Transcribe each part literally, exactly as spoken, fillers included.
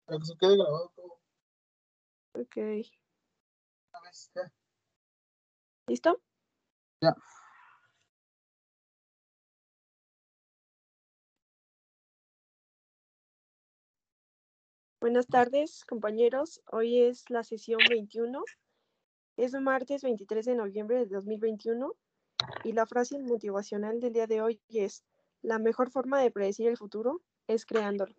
Para que se quede grabado todo. Ok. Una vez, ya. ¿Listo? Ya. Buenas tardes, compañeros. Hoy es la sesión veintiuno. Es martes veintitrés de noviembre de dos mil veintiuno y la frase motivacional del día de hoy es: la mejor forma de predecir el futuro es creándolo.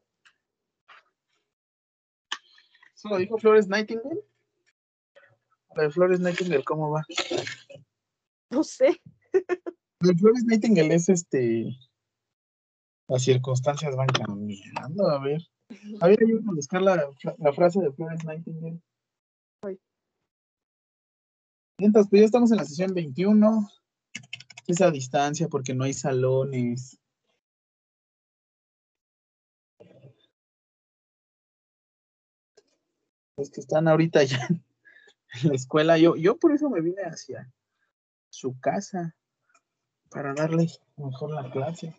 ¿Eso lo dijo Flores Nightingale? La de Flores Nightingale, ¿cómo va? No sé. La de Flores Nightingale es este. Las circunstancias van cambiando. A ver. A ver, ayúdame a buscar la, la frase de Flores Nightingale. Hoy. Mientras, pues ya estamos en la sesión veintiuno. Esa distancia porque no hay salones. Los que están ahorita ya en la escuela. Yo, yo por eso me vine hacia su casa para darle mejor la clase.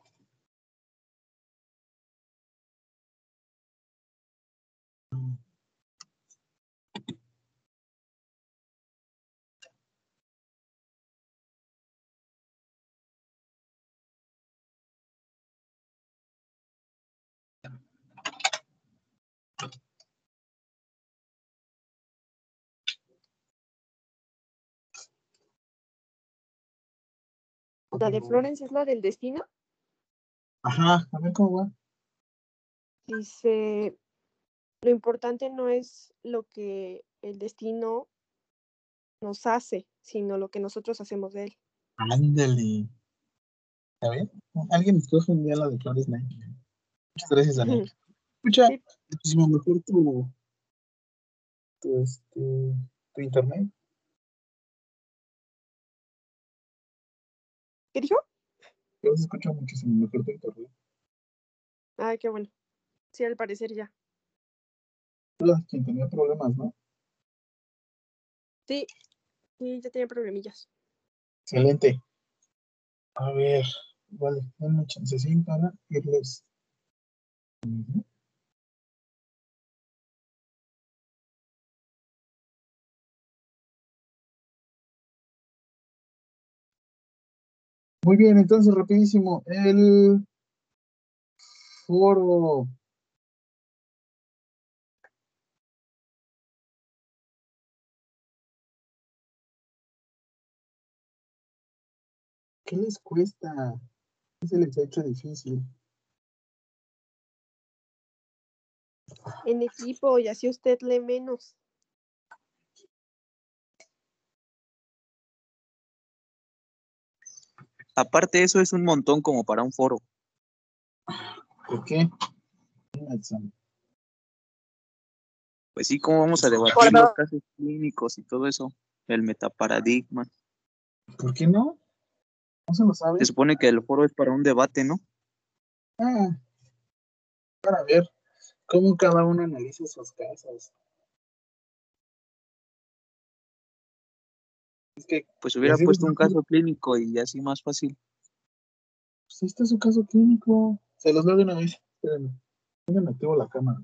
La de Florence es la del destino. Ajá, a ver cómo va. Dice, lo importante no es lo que el destino nos hace, sino lo que nosotros hacemos de él. Ándale. A ver, alguien escoge un día la de Flores Nightingale. Muchas gracias, Daniel. Escucha, Sí. muchísimo mejor tu, tu, este, tu internet. ¿Qué dijo? Yo se escucha muchísimo mejor tu internet. Ay, qué bueno. Sí, al parecer ya. Tú eras quien tenía problemas, ¿no? Sí, sí, ya tenía problemillas. Excelente. A ver, vale, denme chancecín para irles. Muy bien, entonces, rapidísimo. El foro. ¿Qué les cuesta? ¿Qué se les ha hecho difícil? En equipo, y así usted lee menos. Aparte, eso es un montón como para un foro. ¿Por qué? Pues sí, ¿cómo vamos a debatir los casos clínicos y todo eso? El metaparadigma. ¿Por qué no? ¿No se lo Se saben? supone que el foro es para un debate, ¿no? Ah, para ver cómo cada uno analiza sus casos. Es que, Pues y hubiera así de puesto un fácil, caso clínico y así más fácil. pues ahí está su caso clínico. Se los leo de una vez. Espérenme. Déjenme activo la cámara.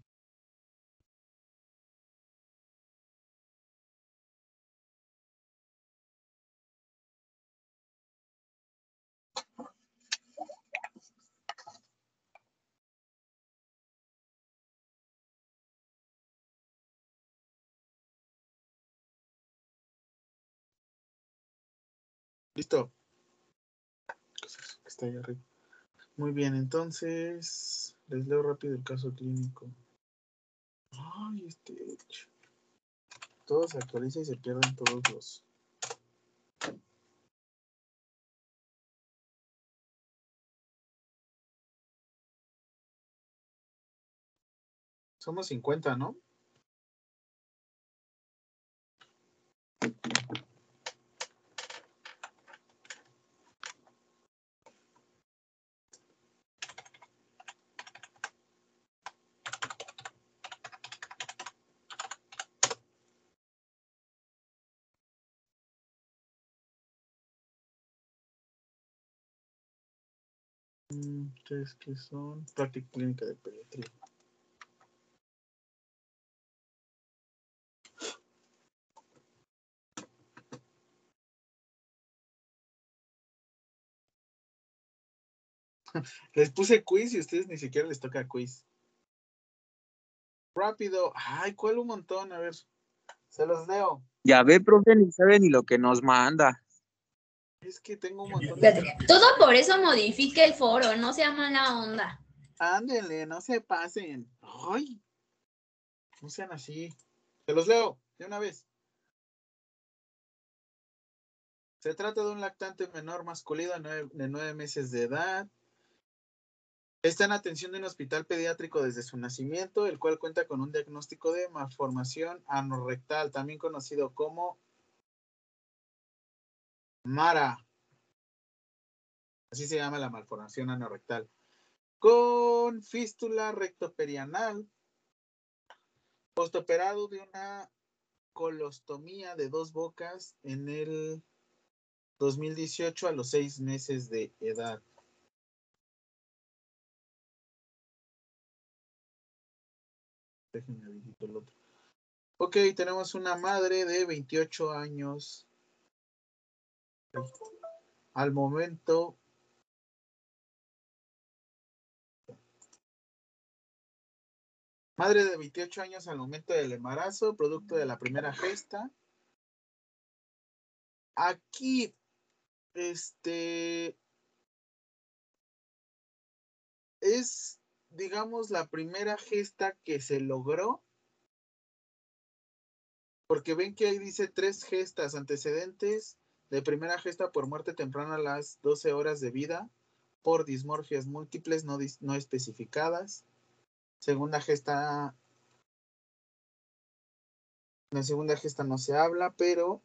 Listo. Está ahí arriba. Muy bien, entonces les leo rápido el caso clínico. Ay, este. Todo se actualiza y se pierden todos los. Somos cincuenta, ¿no? ¿Ustedes qué son? Práctica clínica de pediatría. Les puse quiz y a ustedes ni siquiera les toca quiz. Rápido. Ay, ¿cuál un montón? A ver, se los leo. Ya ve, profe, ni sabe ni lo que nos manda. Es que tengo un montón de... Fíjate, todo por eso modifique el foro, no sea mala onda. Ándenle, no se pasen. Ay, no sean así. Se los leo de una vez. Se trata de un lactante menor masculino de nueve, de nueve meses de edad. Está en atención de un hospital pediátrico desde su nacimiento, el cual cuenta con un diagnóstico de malformación anorrectal, también conocido como MARA. Así se llama la malformación anorrectal. Con fístula rectoperianal, postoperado de una colostomía de dos bocas en el dos mil dieciocho a los seis meses de edad. Déjenme habilitar el otro. Ok, tenemos una madre de veintiocho años. Al momento. Madre de veintiocho años al momento del embarazo, producto de la primera gesta. Aquí, este, es, digamos, la primera gesta que se logró, porque ven que ahí dice tres gestas antecedentes de primera gesta por muerte temprana a las doce horas de vida, por dismorfias múltiples no, no especificadas. Segunda gesta, la segunda gesta no se habla, pero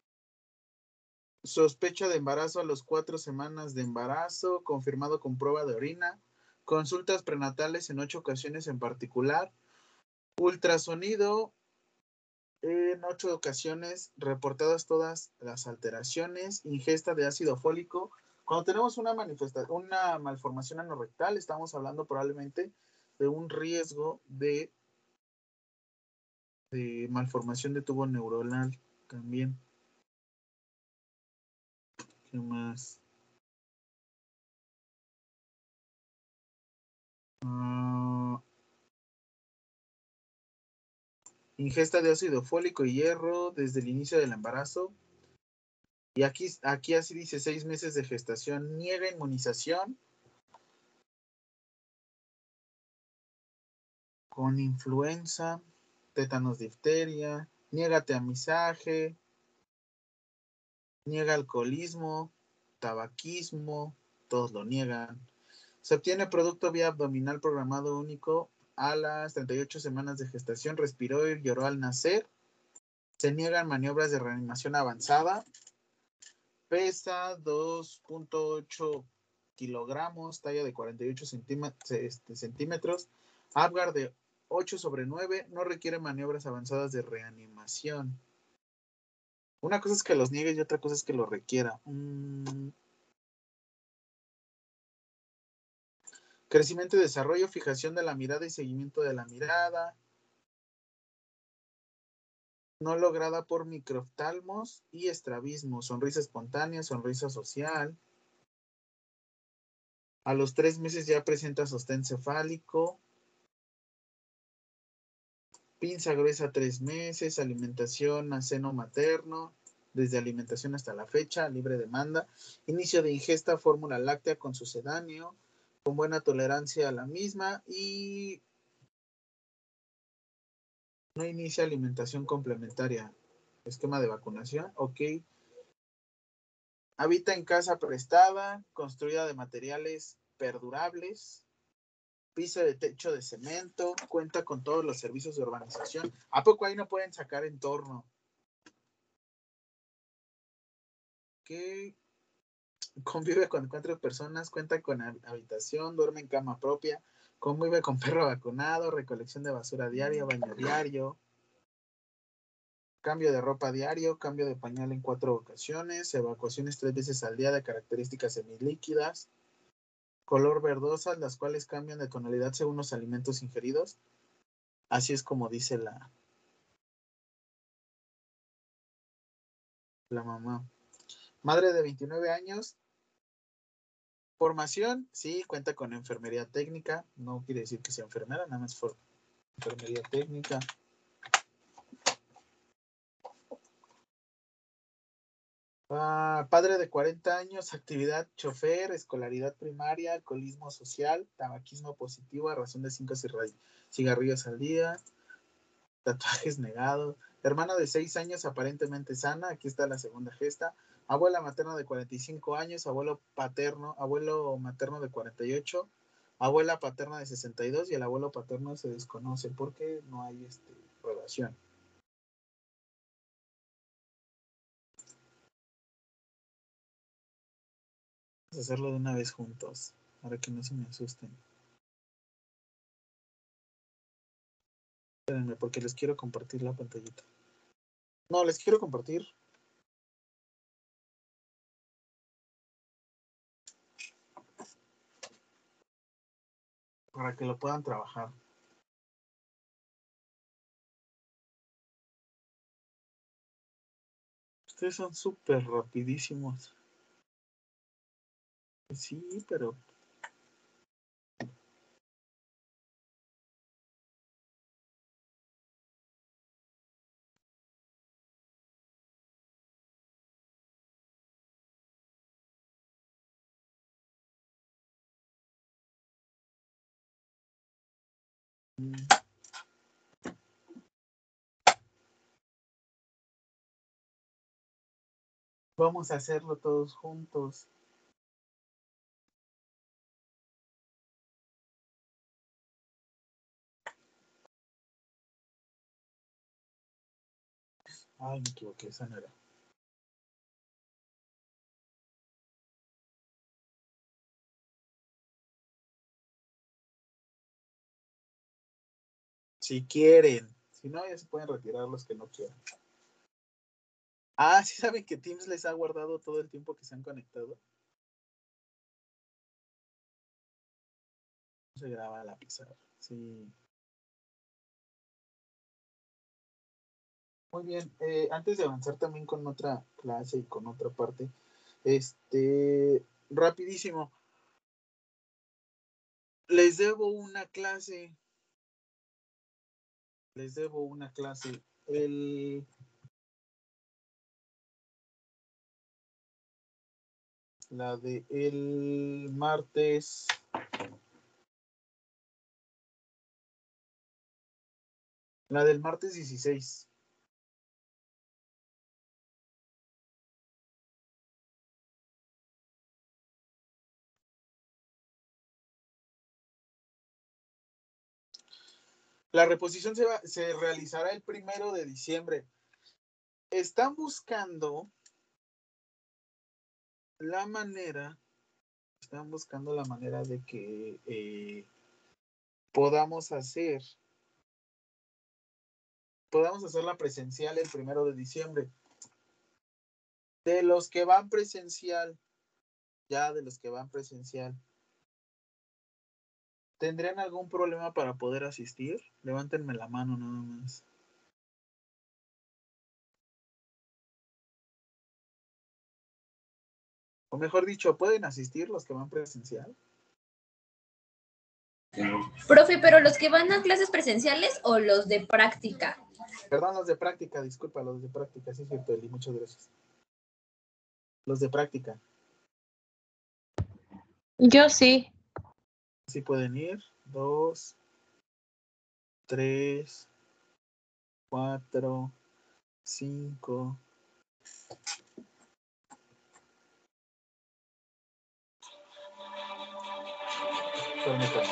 sospecha de embarazo a las cuatro semanas de embarazo, confirmado con prueba de orina, consultas prenatales en ocho ocasiones en particular, ultrasonido en ocho ocasiones, reportadas todas las alteraciones, ingesta de ácido fólico. Cuando tenemos una manifestación, una malformación anorrectal, estamos hablando probablemente de un riesgo de, de malformación de tubo neuronal también. ¿Qué más? Uh, ingesta de ácido fólico y hierro desde el inicio del embarazo. Y aquí, aquí así dice seis meses de gestación. Niega inmunización con influenza, tétanos, difteria. Niega tamizaje. Niega alcoholismo, tabaquismo. Todos lo niegan. Se obtiene producto vía abdominal programado único a las treinta y ocho semanas de gestación. Respiró y lloró al nacer. Se niegan maniobras de reanimación avanzada. Pesa dos punto ocho kilogramos, talla de cuarenta y ocho centímetros, este, centímetros. Apgar de ocho sobre nueve. No requiere maniobras avanzadas de reanimación. Una cosa es que los niegue y otra cosa es que lo requiera. Mm. Crecimiento y desarrollo, fijación de la mirada y seguimiento de la mirada. No lograda por microftalmos y estrabismo. Sonrisa espontánea, sonrisa social. A los tres meses ya presenta sostén cefálico. Pinza gruesa tres meses. Alimentación a seno materno. Desde alimentación hasta la fecha. Libre demanda. Inicio de ingesta fórmula láctea con sucedáneo. Con buena tolerancia a la misma. Y no inicia alimentación complementaria. Esquema de vacunación. Ok. Habita en casa prestada, construida de materiales perdurables, piso de techo de cemento, cuenta con todos los servicios de urbanización. ¿A poco ahí no pueden sacar entorno? ¿Qué? Convive con cuatro personas, cuenta con habitación, duerme en cama propia, convive con perro vacunado, recolección de basura diaria, baño diario, cambio de ropa diario, cambio de pañal en cuatro ocasiones, evacuaciones tres veces al día de características semilíquidas, color verdosas, las cuales cambian de tonalidad según los alimentos ingeridos. Así es como dice la, la mamá. Madre de veintinueve años, Formación, sí, cuenta con enfermería técnica. No quiere decir que sea enfermera, nada más for enfermería técnica. Ah, padre de cuarenta años, actividad chofer, escolaridad primaria, alcoholismo social, tabaquismo positivo a razón de cinco cigarrillos al día, tatuajes negados. Hermana de seis años, aparentemente sana. Aquí está la segunda gesta. Abuela materna de cuarenta y cinco años, abuelo paterno, abuelo materno de cuarenta y ocho, abuela paterna de sesenta y dos y el abuelo paterno se desconoce porque no hay este, relación. Vamos a hacerlo de una vez juntos, para que no se me asusten. Espérenme, porque les quiero compartir la pantallita. No, les quiero compartir. Para que lo puedan trabajar. Ustedes son súper rapidísimos. Sí, pero... Vamos a hacerlo todos juntos. Ay, me equivoqué, esa no era. Si quieren. Si no, ya se pueden retirar los que no quieran. Ah, ¿sí saben que Teams les ha guardado todo el tiempo que se han conectado? No se graba la pizarra. Sí. Muy bien. Eh, antes de avanzar también con otra clase y con otra parte, este, rapidísimo. Les debo una clase. Les debo una clase. El... La de el martes. La del martes dieciséis. La reposición se, va, se realizará el primero de diciembre. Están buscando la manera, están buscando la manera de que eh, podamos hacer, podamos hacer la presencial el primero de diciembre. De los que van presencial, ya de los que van presencial, ¿tendrían algún problema para poder asistir? Levántenme la mano nada más. O mejor dicho, ¿pueden asistir los que van presencial? Profe, pero los que van a clases presenciales o los de práctica. Perdón, los de práctica, disculpa, los de práctica, sí es cierto, Eli, muchas gracias. Los de práctica. Yo sí. Sí pueden ir. Dos, tres, cuatro, cinco. Permítanme.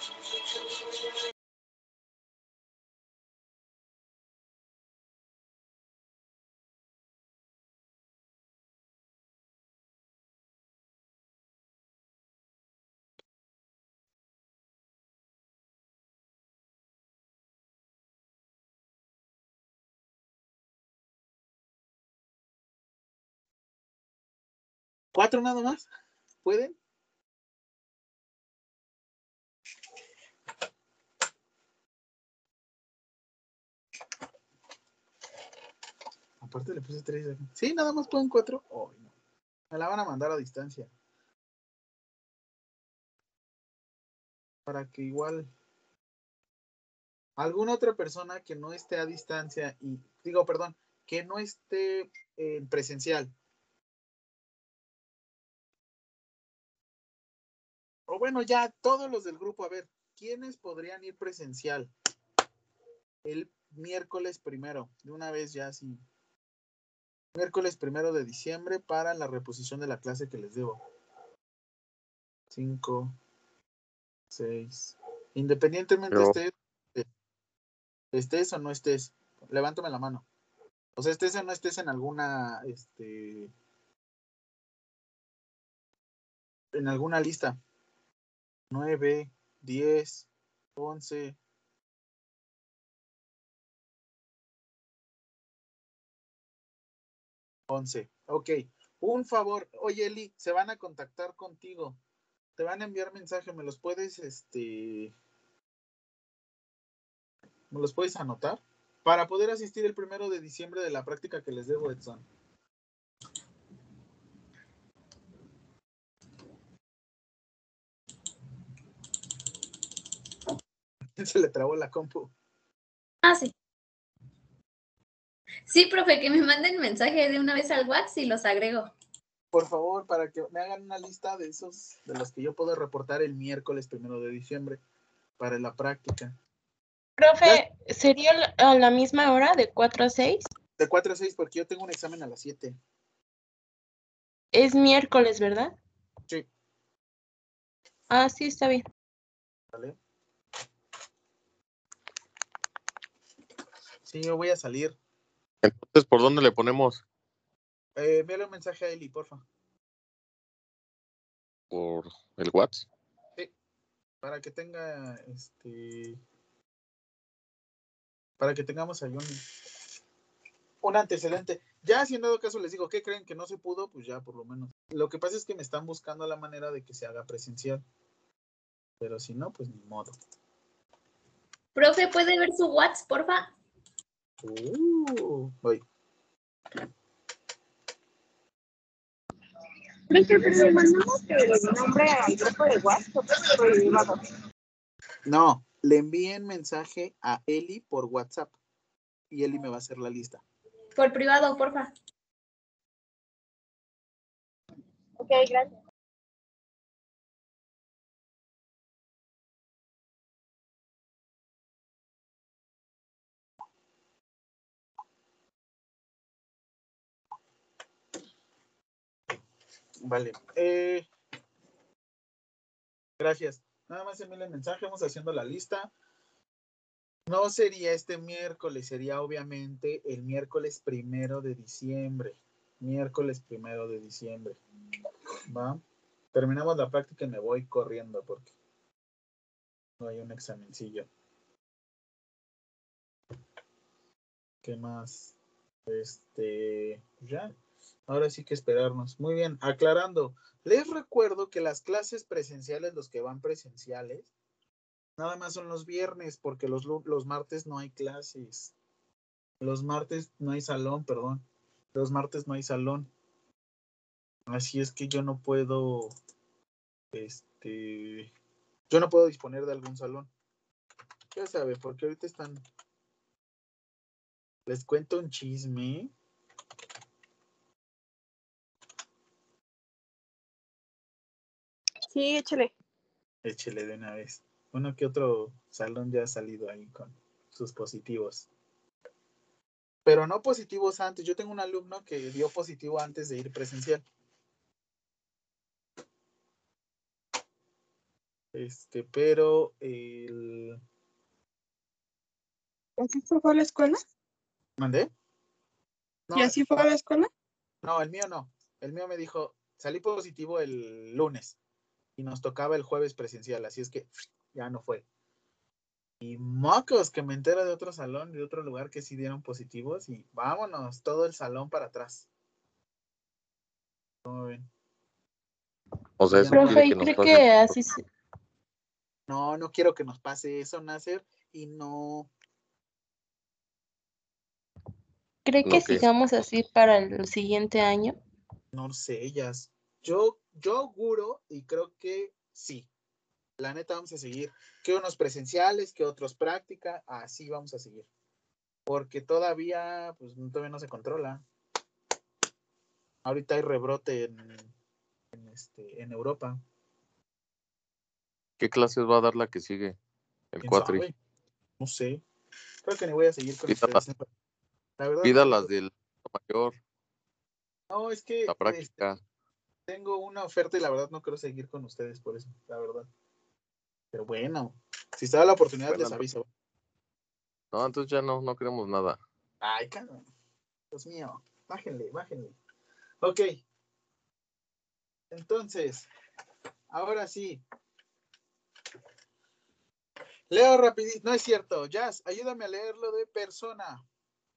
¿Cuatro nada más? ¿Pueden? Aparte le puse tres aquí. Sí, nada más pueden cuatro. Oh, no. Me la van a mandar a distancia. para que igual alguna otra persona que no esté a distancia y digo, perdón, que no esté en presencial. O bueno, ya todos los del grupo, a ver, ¿quiénes podrían ir presencial? El miércoles primero, de una vez ya así. Miércoles primero de diciembre para la reposición de la clase que les debo. Cinco, seis. Independientemente Yo. estés, estés o no estés, levántame la mano. O sea, estés o no estés en alguna, este, en alguna lista. Nueve, diez, once. Once. Ok. Un favor. Oye, Eli, se van a contactar contigo. Te van a enviar mensaje. ¿Me los puedes, este, me los puedes anotar? Para poder asistir el primero de diciembre de la práctica que les debo, Edson. Se le trabó la compu. Ah, sí. Sí, profe, que me manden mensaje de una vez al WhatsApp y los agrego. Por favor, para que me hagan una lista de esos, de los que yo puedo reportar el miércoles primero de diciembre para la práctica. Profe, ¿sería a la misma hora, de cuatro a seis? De cuatro a seis, porque yo tengo un examen a las siete. Es miércoles, ¿verdad? Sí. Ah, sí, está bien. ¿Vale? Sí, yo voy a salir. Entonces, ¿por dónde le ponemos? Eh, envíale un mensaje a Eli, porfa. ¿Por el WhatsApp? Sí, para que tenga, este, para que tengamos ahí un, un antecedente. Ya si en dado caso les digo, ¿qué creen? Que no se pudo, pues ya por lo menos. Lo que pasa es que me están buscando la manera de que se haga presencial. Pero si no, pues ni modo. Profe, ¿puede ver su WhatsApp, porfa? Uh, voy. Profe, pero le mandamos el nombre al grupo de WhatsApp por privado. No, le envíen mensaje a Eli por WhatsApp y Eli me va a hacer la lista. Por privado, porfa. Ok, gracias. Vale. Eh, gracias. Nada más envíen el mensaje, vamos haciendo la lista. No sería este miércoles, sería obviamente el miércoles primero de diciembre. Miércoles primero de diciembre. ¿Va? Terminamos la práctica y me voy corriendo porque no hay un examencillo. ¿Qué más? Este, ya. Ahora sí que esperarnos. Muy bien, aclarando. Les recuerdo que las clases presenciales, los que van presenciales, nada más son los viernes, porque los, los martes no hay clases. Los martes no hay salón, perdón. Los martes no hay salón. Así es que yo no puedo, este, yo no puedo disponer de algún salón. Ya sabe, porque ahorita están, les cuento un chisme. Sí, échale. Échele de una vez. Uno que otro salón ya ha salido ahí con sus positivos. Pero no positivos antes. Yo tengo un alumno que dio positivo antes de ir presencial. Este, pero el... ¿Y así se fue a la escuela? ¿Mandé? No, ¿Y así fue a la escuela? no, el mío no. El mío me dijo, salí positivo el lunes y nos tocaba el jueves presencial, así es que ya no fue. Y mocos, que me entero de otro salón, de otro lugar que sí dieron positivos y vámonos, todo el salón para atrás. ¿Cómo ven? O sea, Ya eso no- quiere Profe, que ¿y nos cree pasen. que así se- No, no quiero que nos pase eso, Nasser, y no... cree que Lo que sigamos así para el siguiente año? No sé, ellas. Yo, yo auguro y creo que sí. La neta vamos a seguir. Que unos presenciales, que otros práctica, así vamos a seguir. Porque todavía, pues todavía no se controla. Ahorita hay rebrote en, en, este, en Europa. ¿Qué clases va a dar la que sigue? El ¿Quién cuatri. sabe? No sé. Creo que ni voy a seguir con Pida, ustedes. La verdad, pida no, las del mayor, no, es que la este, práctica. tengo una oferta y la verdad no quiero seguir con ustedes por eso, la verdad. Pero bueno, si está la oportunidad Bueno, les aviso. No, entonces ya no, no queremos nada. Ay, cabrón. Dios mío. Bájenle, bájenle. Ok. Entonces, ahora sí. Leo rapidito. No es cierto. Jazz, ayúdame a leerlo de persona.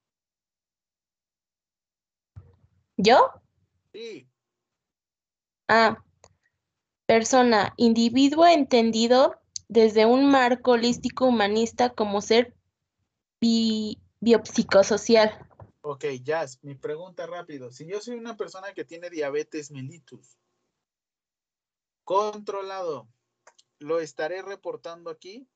¿Yo? Sí. Ah, persona, individuo entendido desde un marco holístico humanista como ser bi- biopsicosocial. Ok, Jazz, mi pregunta rápido. Si yo soy una persona que tiene diabetes mellitus controlado, ¿lo estaré reportando aquí?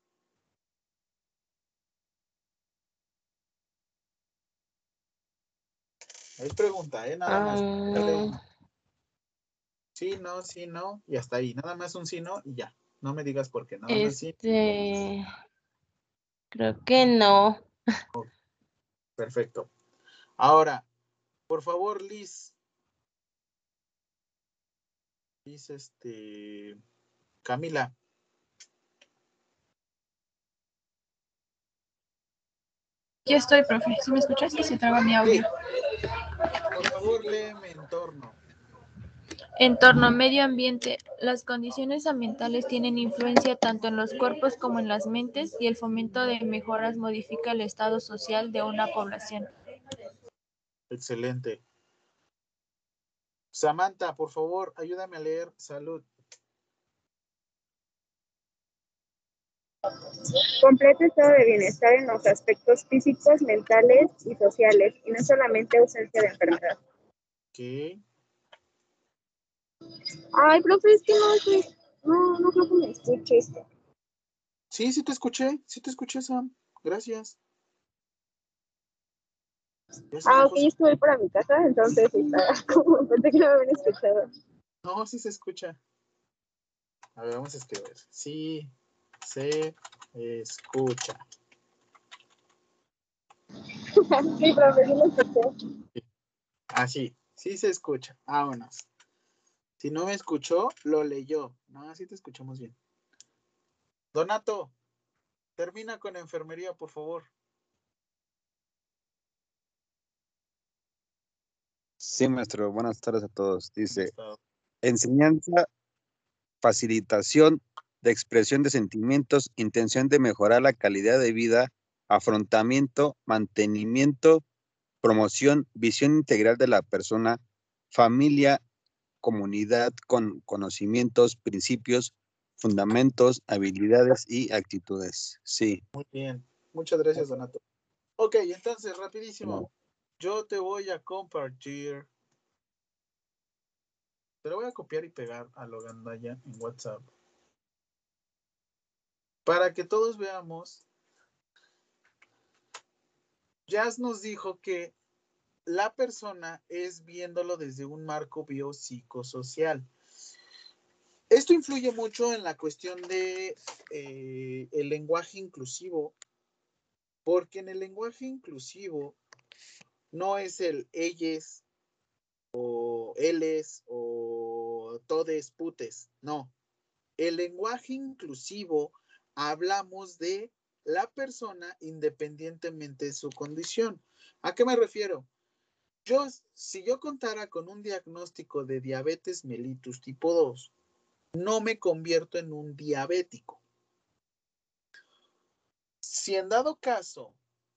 Es pregunta, ¿eh? Nada más. Dale Ah, un sí, no, sí, no, y hasta ahí. Nada más un sí, no, y ya. No me digas por qué, nada más sí. este, creo que no. Perfecto. Ahora, por favor, Liz. Liz, este. Camila. Ya estoy, profe. ¿Sí me escuchas? Que se traba mi audio. Sí. Por favor, léeme entorno. Entorno, medio ambiente. Las condiciones ambientales tienen influencia tanto en los cuerpos como en las mentes y el fomento de mejoras modifica el estado social de una población. Excelente. Samantha, por favor, ayúdame a leer salud. Completo estado de bienestar en los aspectos físicos, mentales y sociales, y no solamente ausencia de enfermedad. Ok. Ay, profe, es que no, sé, no, no creo que me escuches. Sí, sí te escuché, sí te escuché, Sam. Gracias. Ya se Ah, enojó ok, Sam. yo estuve para mi casa, entonces estaba como, pensé que no me habían escuchado. No, sí se escucha. A ver, vamos a escribir. Sí se escucha. Sí, profe, sí lo escuché. Así, sí se escucha. Vámonos. Si no me escuchó, lo leyó. No, así te escuchamos bien. Donato, termina con enfermería, por favor. Sí, maestro. Buenas tardes a todos. Dice, Estado. enseñanza, facilitación de expresión de sentimientos, intención de mejorar la calidad de vida, afrontamiento, mantenimiento, promoción, visión integral de la persona, familia, comunidad con conocimientos, principios, fundamentos, habilidades y actitudes. Sí. Muy bien. Muchas gracias, Donato. Ok, entonces, rapidísimo. No. Yo te voy a compartir. Te lo voy a copiar y pegar a lo gandalla en WhatsApp. Para que todos veamos. Jazz nos dijo que la persona es viéndolo desde un marco biopsicosocial. Esto influye mucho en la cuestión de eh, el lenguaje inclusivo, porque en el lenguaje inclusivo no es el ellos o éles o todes putes, no. El lenguaje inclusivo hablamos de la persona independientemente de su condición. ¿A qué me refiero? Yo, si yo contara con un diagnóstico de diabetes mellitus tipo dos, no me convierto en un diabético. Si en dado caso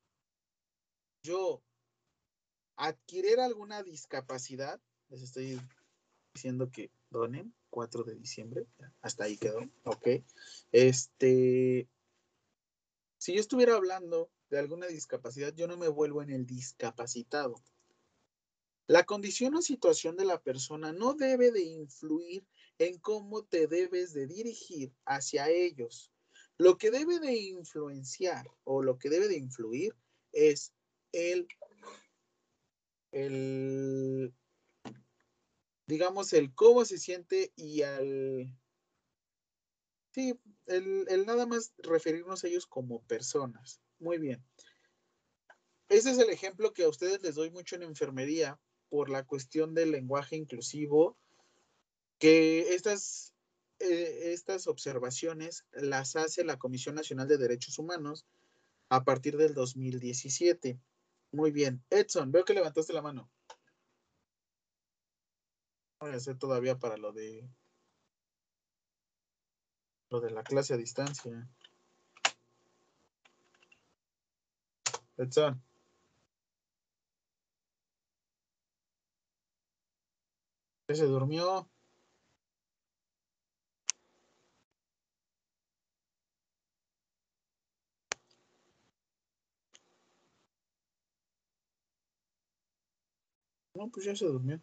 yo adquiriera alguna discapacidad, les estoy diciendo que donen, cuatro de diciembre, hasta ahí quedó, ok. Este, si yo estuviera hablando de alguna discapacidad, yo no me vuelvo en el discapacitado. La condición o situación de la persona no debe de influir en cómo te debes de dirigir hacia ellos. Lo que debe de influenciar o lo que debe de influir es el, el digamos, el cómo se siente y al, sí, el, el nada más referirnos a ellos como personas. Muy bien. Ese es el ejemplo que a ustedes les doy mucho en enfermería por la cuestión del lenguaje inclusivo, que estas, eh, estas observaciones las hace la Comisión Nacional de Derechos Humanos a partir del dos mil diecisiete. Muy bien. Edson, veo que levantaste la mano. Voy a hacer todavía para lo de lo de la clase a distancia. Edson. ¿Ya se durmió? No, pues ya se durmió.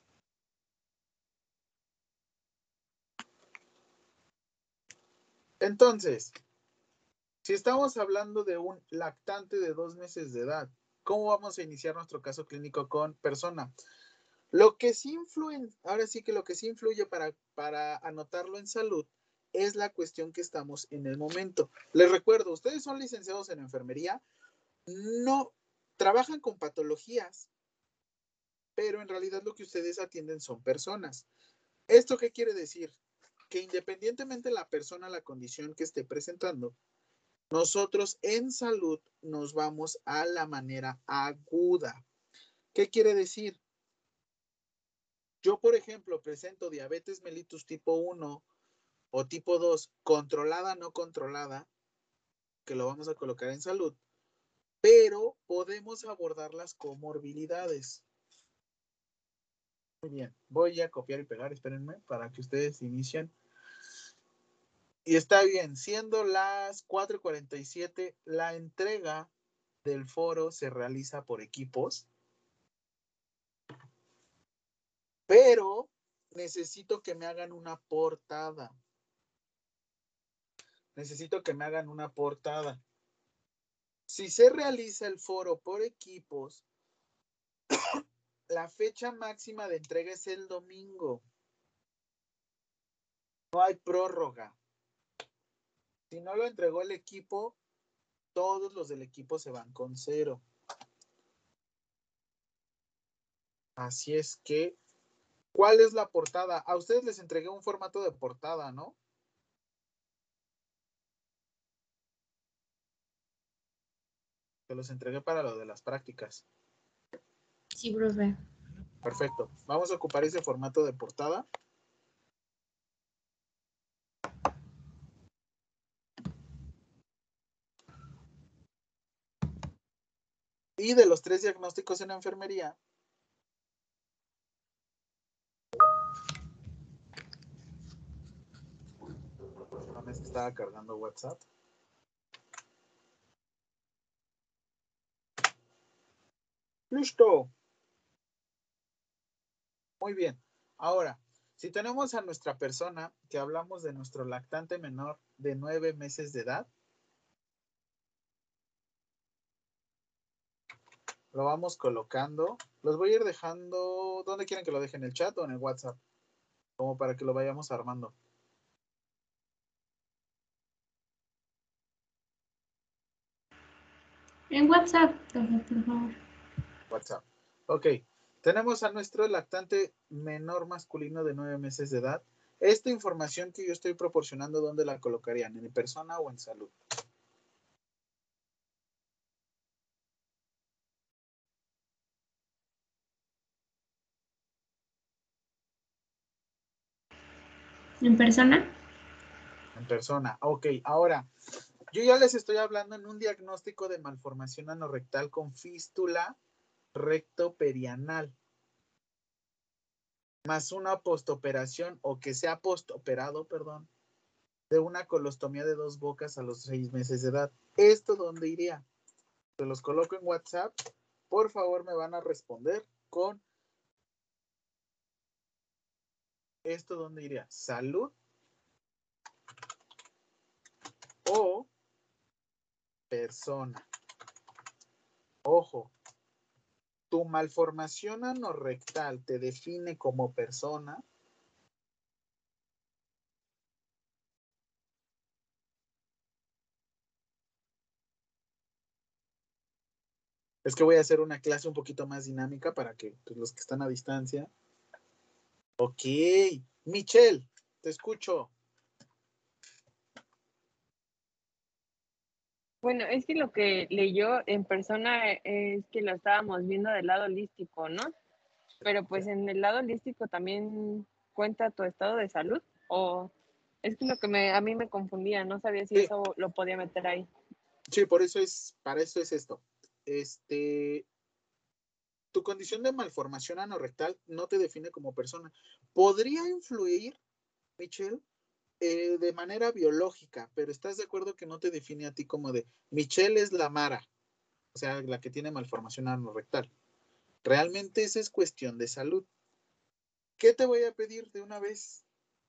Entonces, si estamos hablando de un lactante de dos meses de edad, ¿cómo vamos a iniciar nuestro caso clínico con persona? Lo que sí influye, ahora sí que lo que sí influye para, para anotarlo en salud es la cuestión que estamos en el momento. Les recuerdo, ustedes son licenciados en enfermería, no trabajan con patologías, pero en realidad lo que ustedes atienden son personas. ¿Esto qué quiere decir? Que independientemente de la persona, la condición que esté presentando, nosotros en salud nos vamos a la manera aguda. ¿Qué quiere decir? Yo, por ejemplo, presento diabetes mellitus tipo uno o tipo dos, controlada o no controlada, que lo vamos a colocar en salud, pero podemos abordar las comorbilidades. Muy bien, voy a copiar y pegar, espérenme, para que ustedes inicien. Y está bien, siendo las cuatro cuarenta y siete, la entrega del foro se realiza por equipos, pero necesito que me hagan una portada. Necesito que me hagan una portada. Si se realiza el foro por equipos, la fecha máxima de entrega es el domingo. No hay prórroga. Si no lo entregó el equipo, todos los del equipo se van con cero. Así es que, ¿cuál es la portada? A ustedes les entregué un formato de portada, ¿no? Se los entregué para lo de las prácticas. Sí, profe. Perfecto. Vamos a ocupar ese formato de portada. Y de los tres diagnósticos en enfermería, no me estaba cargando WhatsApp. Listo. Muy bien. Ahora, si tenemos a nuestra persona, que hablamos de nuestro lactante menor de nueve meses de edad, lo vamos colocando. Los voy a ir dejando. ¿Dónde quieren que lo deje? ¿En el chat o en el WhatsApp? Como para que lo vayamos armando. En WhatsApp, por favor. WhatsApp. Ok. Tenemos a nuestro lactante menor masculino de nueve meses de edad. Esta información que yo estoy proporcionando, ¿dónde la colocarían? ¿En persona o en salud? ¿En persona? En persona. Ok. Ahora, yo ya les estoy hablando en un diagnóstico de malformación anorrectal con fístula rectoperianal, más una postoperación, o que sea postoperado, perdón, de una colostomía de dos bocas a los seis meses de edad. ¿Esto dónde iría? Se los coloco en WhatsApp. Por favor, me van a responder con ¿Esto dónde iría? ¿Salud o persona? Ojo, ¿tu malformación anorrectal te define como persona? Es que voy a hacer una clase un poquito más dinámica para que pues, los que están a distancia. Ok, Michelle, te escucho. Bueno, es que lo que leyó en persona es que lo estábamos viendo del lado holístico, ¿no? Pero pues en el lado holístico también cuenta tu estado de salud, o es que lo que me, a mí me confundía, no sabía si Sí. eso lo podía meter ahí. Sí, por eso es, para eso es esto. Este, tu condición de malformación anorrectal no te define como persona. Podría influir, Michelle, eh, de manera biológica, pero ¿estás de acuerdo que no te define a ti como de Michelle es la Mara, o sea, la que tiene malformación anorrectal? Realmente esa es cuestión de salud. ¿Qué te voy a pedir de una vez?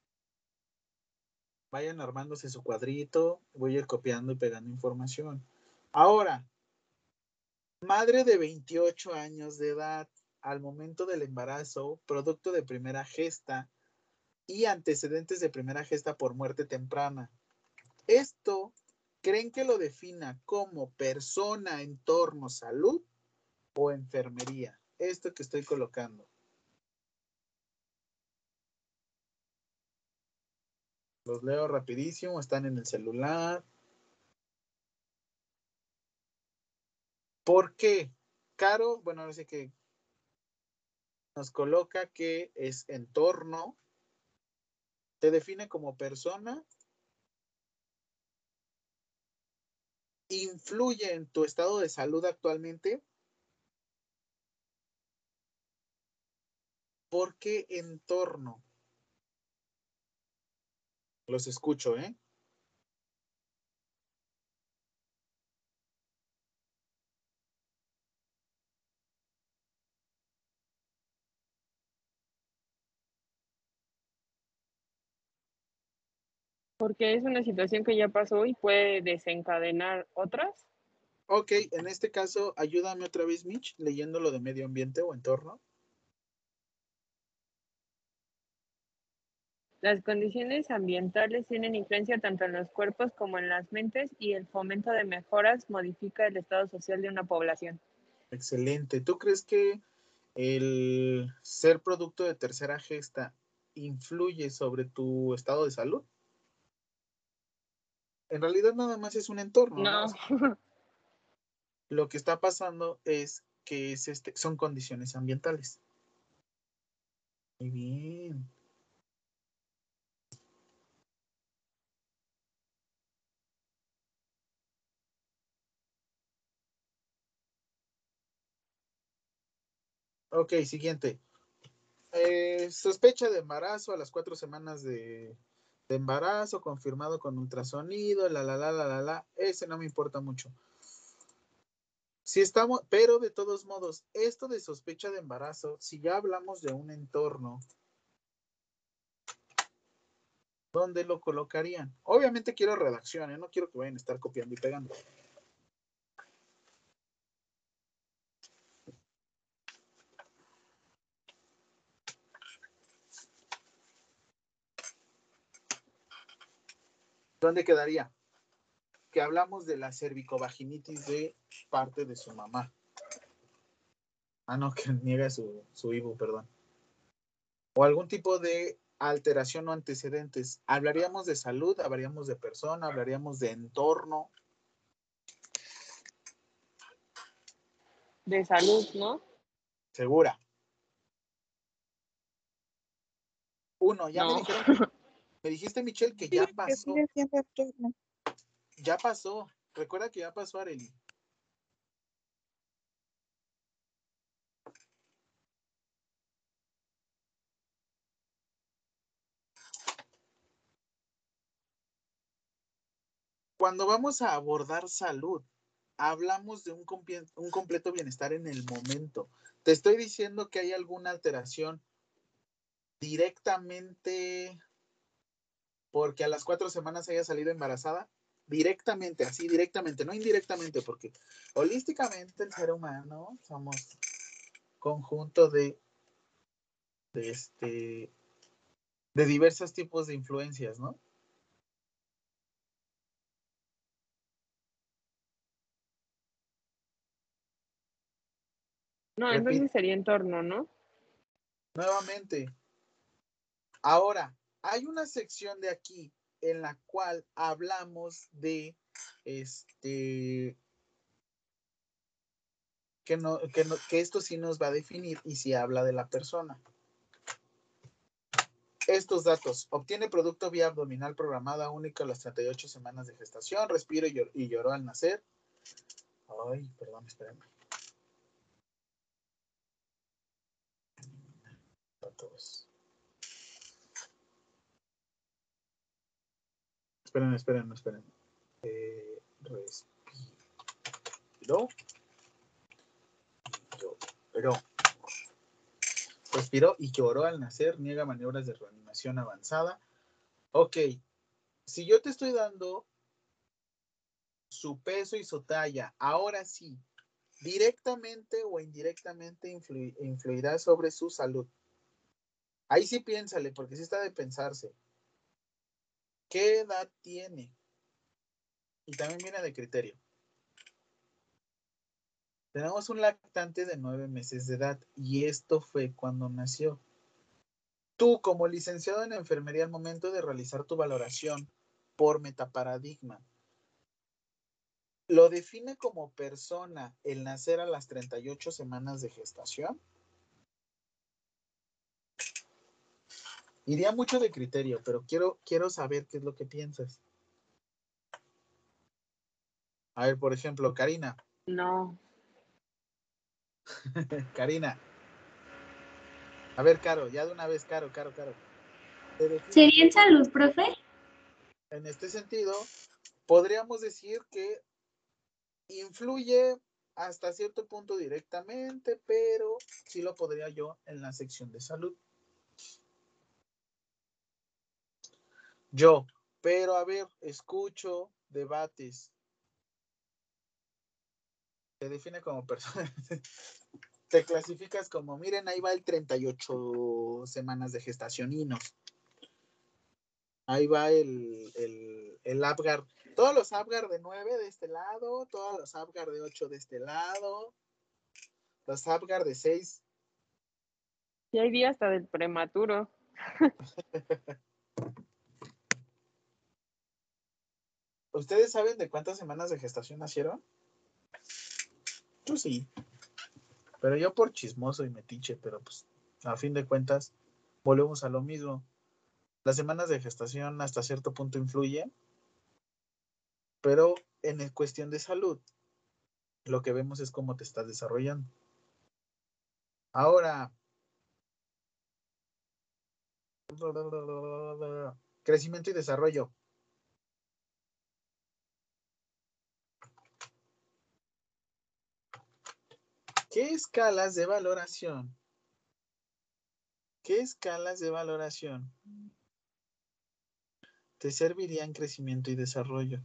Vayan armándose su cuadrito, voy a ir copiando y pegando información. Ahora, madre de veintiocho años de edad, al momento del embarazo, producto de primera gesta y antecedentes de primera gesta por muerte temprana. Esto, ¿creen que lo defina como persona, entorno, salud o enfermería? Esto que estoy colocando. Los leo rapidísimo, están en el celular. ¿Por qué? Caro, bueno, ahora sí que nos coloca que es entorno, te define como persona, influye en tu estado de salud actualmente. ¿Por qué entorno? Los escucho, ¿eh? Porque es una situación que ya pasó y puede desencadenar otras. Ok, en este caso, ayúdame otra vez, Mitch, leyendo lo de medio ambiente o entorno. Las condiciones ambientales tienen influencia tanto en los cuerpos como en las mentes y el fomento de mejoras modifica el estado social de una población. Excelente. ¿Tú crees que el ser producto de tercera gesta influye sobre tu estado de salud? En realidad nada más es un entorno, ¿no? No. O sea, lo que está pasando es que es este, son condiciones ambientales. Muy bien. Ok, siguiente. Eh, sospecha de embarazo a las cuatro semanas de, de embarazo, confirmado con ultrasonido, la, la, la, la, la, la. Ese no me importa mucho. Si estamos, pero de todos modos, esto de sospecha de embarazo, si ya hablamos de un entorno, ¿dónde lo colocarían? Obviamente quiero redacción, ¿eh? No quiero que vayan a estar copiando y pegando. ¿Dónde quedaría? Que hablamos de la cervicovaginitis de parte de su mamá. Ah, no, que niega su, su I B U, perdón. O algún tipo de alteración o antecedentes. Hablaríamos de salud, hablaríamos de persona, hablaríamos de entorno. De salud, ¿no? Segura. Uno, ya me No. dijeron que, me dijiste, Michelle, que ya pasó. Ya pasó. Recuerda que ya pasó, Arely. Cuando vamos a abordar salud, hablamos de un, comple- un completo bienestar en el momento. Te estoy diciendo que hay alguna alteración directamente porque a las cuatro semanas haya salido embarazada, directamente, así directamente, no indirectamente, porque holísticamente el ser humano somos conjunto de, de este de diversos tipos de influencias, ¿no? No, Repito, entonces sería entorno, ¿no? nuevamente. Ahora, hay una sección de aquí en la cual hablamos de este que no, que no, que esto sí nos va a definir y si habla de la persona. Estos datos: obtiene producto vía abdominal programada única a las treinta y ocho semanas de gestación, respiro y, llor y lloró al nacer. Ay, perdón, espérenme. Datos. Esperen, esperen, esperen. Eh, respiró. Lloró. Respiró y lloró al nacer, niega maniobras de reanimación avanzada. Ok, si yo te estoy dando su peso y su talla, ahora sí, directamente o indirectamente influ influirá sobre su salud. Ahí sí piénsale, porque sí está de pensarse. ¿Qué edad tiene? Y también viene de criterio. Tenemos un lactante de nueve meses de edad y esto fue cuando nació. Tú, como licenciado en enfermería, al momento de realizar tu valoración por metaparadigma, ¿lo define como persona el nacer a las treinta y ocho semanas de gestación? Iría mucho de criterio, pero quiero, quiero saber qué es lo que piensas. A ver, por ejemplo, Karina. No. Karina. A ver, Caro, ya de una vez, Caro, Caro, Caro. ¿Sería en salud, profe? En este sentido, podríamos decir que influye hasta cierto punto directamente, pero sí lo podría yo en la sección de salud. Yo, pero a ver, escucho debates. Te define como persona. Te clasificas como, miren, ahí va el treinta y ocho semanas de gestacioninos. Ahí va el, el, el Apgar. Todos los Apgar de nueve de este lado, todos los Apgar de ocho de este lado, los Apgar de seis. Y hay días hasta del prematuro. ¿Ustedes saben de cuántas semanas de gestación nacieron? Yo sí. Pero yo por chismoso y metiche, pero pues a fin de cuentas volvemos a lo mismo. Las semanas de gestación hasta cierto punto influyen, pero en cuestión de salud, lo que vemos es cómo te estás desarrollando. Ahora, crecimiento y desarrollo. ¿Qué escalas de valoración? ¿Qué escalas de valoración te servirían crecimiento y desarrollo?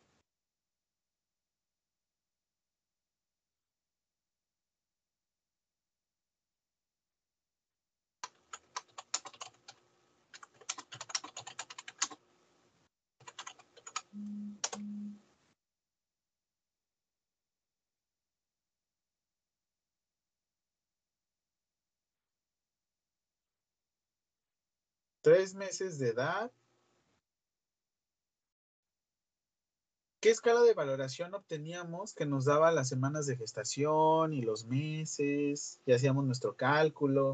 Tres meses de edad. ¿Qué escala de valoración obteníamos que nos daba las semanas de gestación y los meses? Y hacíamos nuestro cálculo.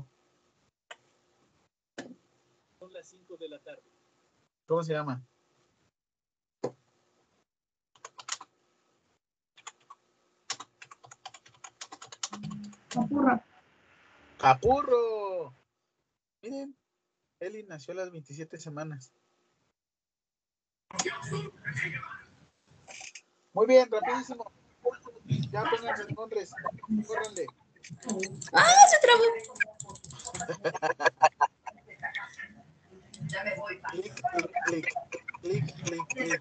Son las cinco de la tarde. ¿Cómo se llama? Capurro. ¡Capurro! Miren, Eli nació a las veintisiete semanas. Muy bien, rapidísimo. Ya pónganse en nombres. Córranle. ¡Ah, se trabó! Clic, clic, clic. Clic, clic, clic.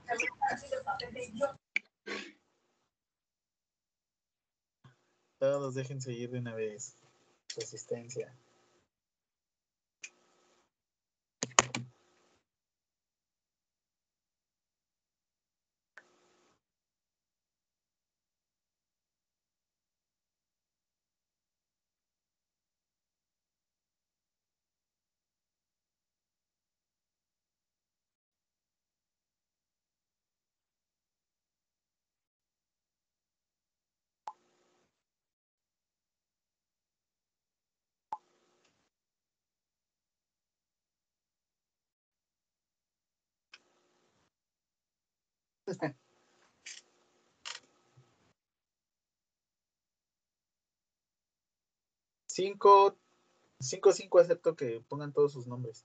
Todos dejen seguir de una vez. Resistencia. Cinco, cinco, cinco, acepto que pongan todos sus nombres.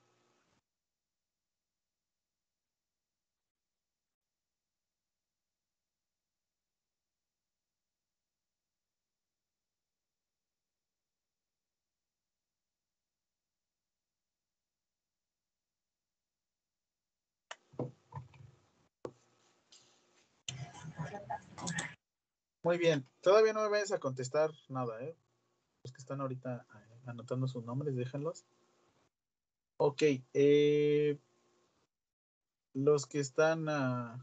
Muy bien. Todavía no me vayas a contestar nada, ¿eh? Los que están ahorita eh, anotando sus nombres, déjenlos. Ok. Eh, los que están... Uh,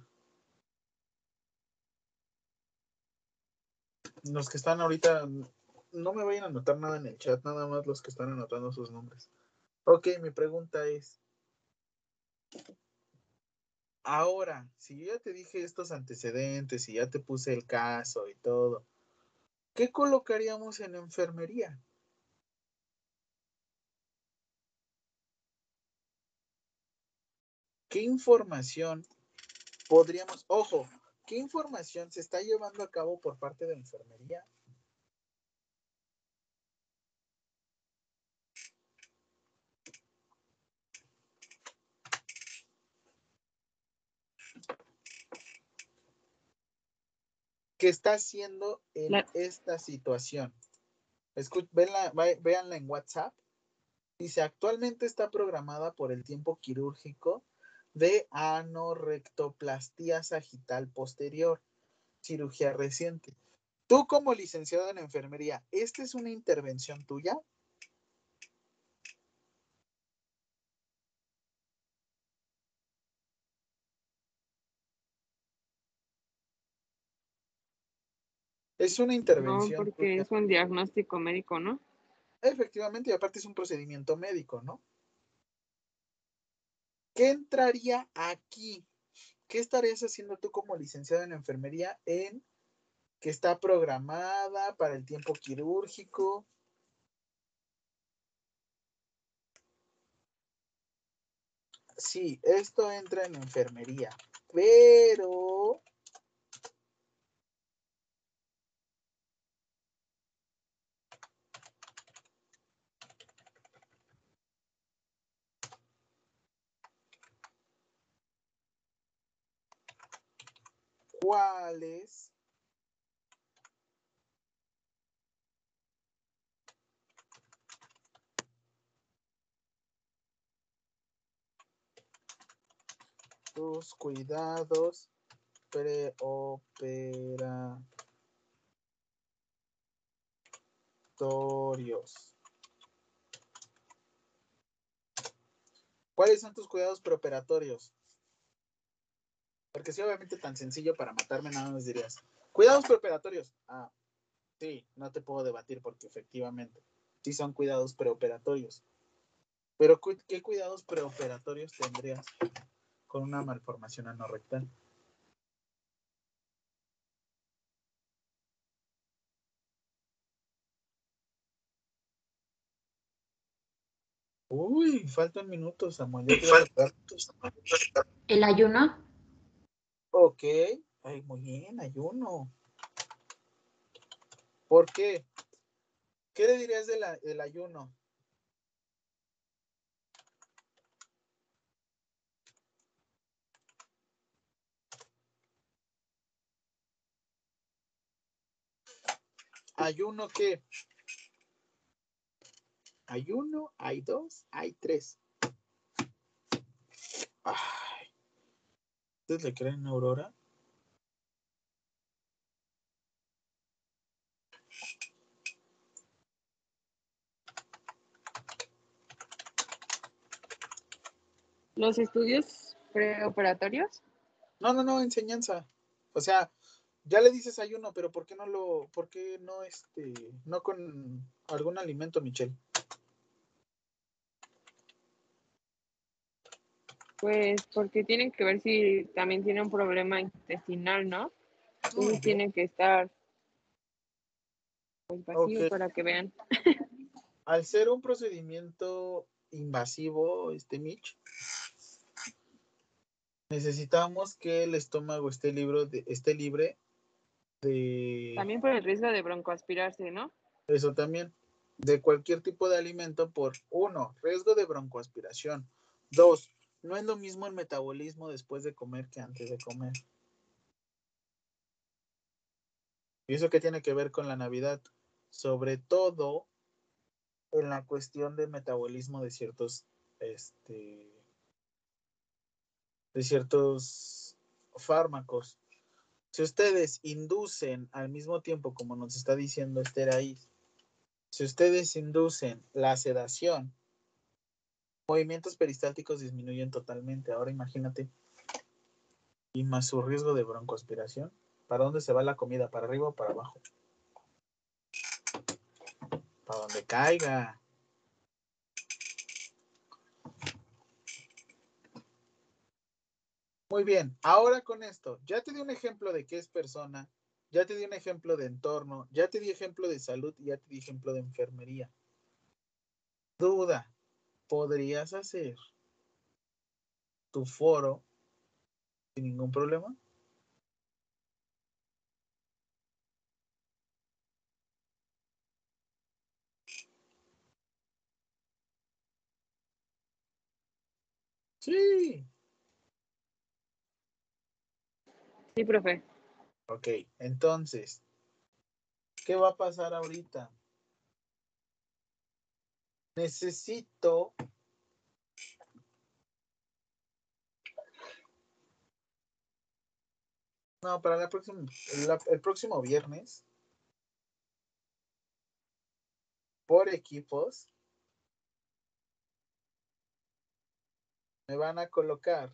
los que están ahorita... No me vayan a anotar nada en el chat, nada más los que están anotando sus nombres. Ok, mi pregunta es... Ahora, si yo ya te dije estos antecedentes y ya te puse el caso y todo, ¿qué colocaríamos en enfermería? ¿Qué información podríamos, ojo, qué información se está llevando a cabo por parte de enfermería? ¿Qué está haciendo en La- esta situación? Escu- véanla, véanla en WhatsApp. Dice, actualmente está programada por el tiempo quirúrgico de anorrectoplastía sagital posterior, cirugía reciente. Tú como licenciado en enfermería, ¿esta es una intervención tuya? Es una No, intervención porque tuya. es un diagnóstico médico, ¿no? Efectivamente, y aparte es un procedimiento médico, ¿no? ¿Qué entraría aquí? ¿Qué estarías haciendo tú como licenciado en enfermería en que está programada para el tiempo quirúrgico? Sí, esto entra en enfermería, pero ¿cuáles tus cuidados preoperatorios? ¿Cuáles son tus cuidados preoperatorios? Porque si obviamente tan sencillo para matarme, nada más dirías, cuidados preoperatorios. Ah, sí, no te puedo debatir porque efectivamente sí son cuidados preoperatorios. Pero ¿qué cuidados preoperatorios tendrías con una malformación anorrectal? Uy, faltan minutos, Samuel. Ya te iba a tocar. ¿El ayuno? Ok. Ay, muy bien, ayuno. ¿Por qué? ¿Qué le dirías de la, del ayuno? ¿Ayuno qué? Hay uno, hay dos, hay tres. Ay, ¿ustedes le creen a Aurora? ¿Los estudios preoperatorios? No, no, no, enseñanza. O sea, ya le dices ayuno, pero ¿por qué no lo, por qué no este, no con algún alimento, Michelle? Pues porque tienen que ver si también tiene un problema intestinal, ¿no? Entonces Ok. tienen que estar pues vacío Ok. para que vean. Al ser un procedimiento invasivo, este Mitch, necesitamos que el estómago esté libre de, esté libre de También por el riesgo de broncoaspirarse, ¿no? eso también, de cualquier tipo de alimento por uno, riesgo de broncoaspiración. Dos, no es lo mismo el metabolismo después de comer que antes de comer. ¿Y eso qué tiene que ver con la Navidad? Sobre todo en la cuestión de metabolismo de ciertos, este, de ciertos fármacos. Si ustedes inducen al mismo tiempo, como nos está diciendo Esther ahí, si ustedes inducen la sedación, movimientos peristálticos disminuyen totalmente. Ahora imagínate, y más su riesgo de broncoaspiración. ¿Para dónde se va la comida? ¿Para arriba o para abajo? Para donde caiga. Muy bien, ahora con esto, ya te di un ejemplo de qué es persona, ya te di un ejemplo de entorno, ya te di ejemplo de salud y ya te di ejemplo de enfermería. Duda, ¿podrías hacer tu foro sin ningún problema? Sí. Sí, profe. Ok, entonces, ¿qué va a pasar ahorita? Necesito no, para la próxima, la- el próximo viernes, por equipos, me van a colocar,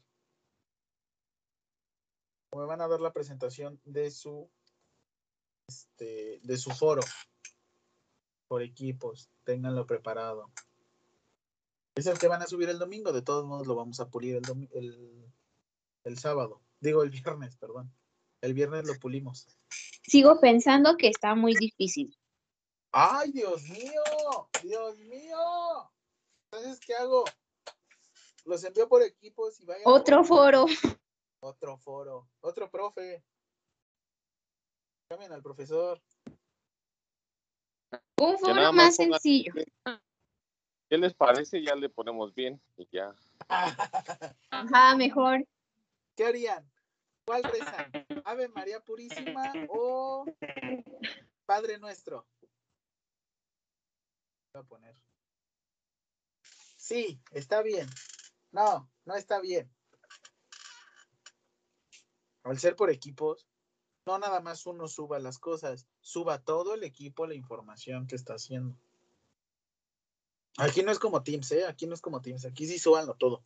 o me van a dar la presentación de su, este, de su foro por equipos. Ténganlo preparado. Es el que van a subir el domingo, de todos modos lo vamos a pulir el, domi- el, el sábado. Digo el viernes, perdón. El viernes lo pulimos. Sigo pensando que está muy difícil. ¡Ay, Dios mío! ¡Dios mío! Entonces, ¿qué hago? Los envío por equipos y vayan. Otro por... foro. Otro foro. Otro profe. Cambien al profesor. Un Que foro nada más más pongan sencillo. qué les parece, ya le ponemos bien y ya. Ajá, mejor. ¿Qué harían? ¿Cuál rezan? ¿Ave María Purísima o Padre Nuestro? Voy a poner. Sí, está bien. No, no está bien. Al ser por equipos, no nada más uno suba las cosas, suba todo el equipo la información que está haciendo. Aquí no es como Teams, ¿eh? Aquí no es como Teams, aquí sí súbanlo todo.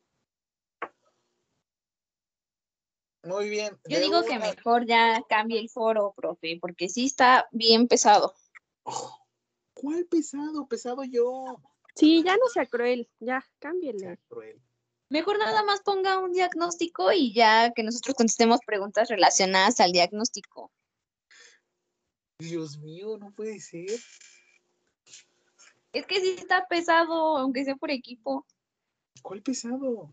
Muy bien. Yo de digo que una- mejor ya cambie el foro, profe, porque sí está bien pesado. ¿Cuál pesado? Pesado yo. Sí, ya no sea cruel, ya, Sea cámbienle. cruel. Mejor nada más ponga un diagnóstico y ya que nosotros contestemos preguntas relacionadas al diagnóstico. Dios mío, no puede ser. Es que sí está pesado, aunque sea por equipo. ¿Cuál pesado?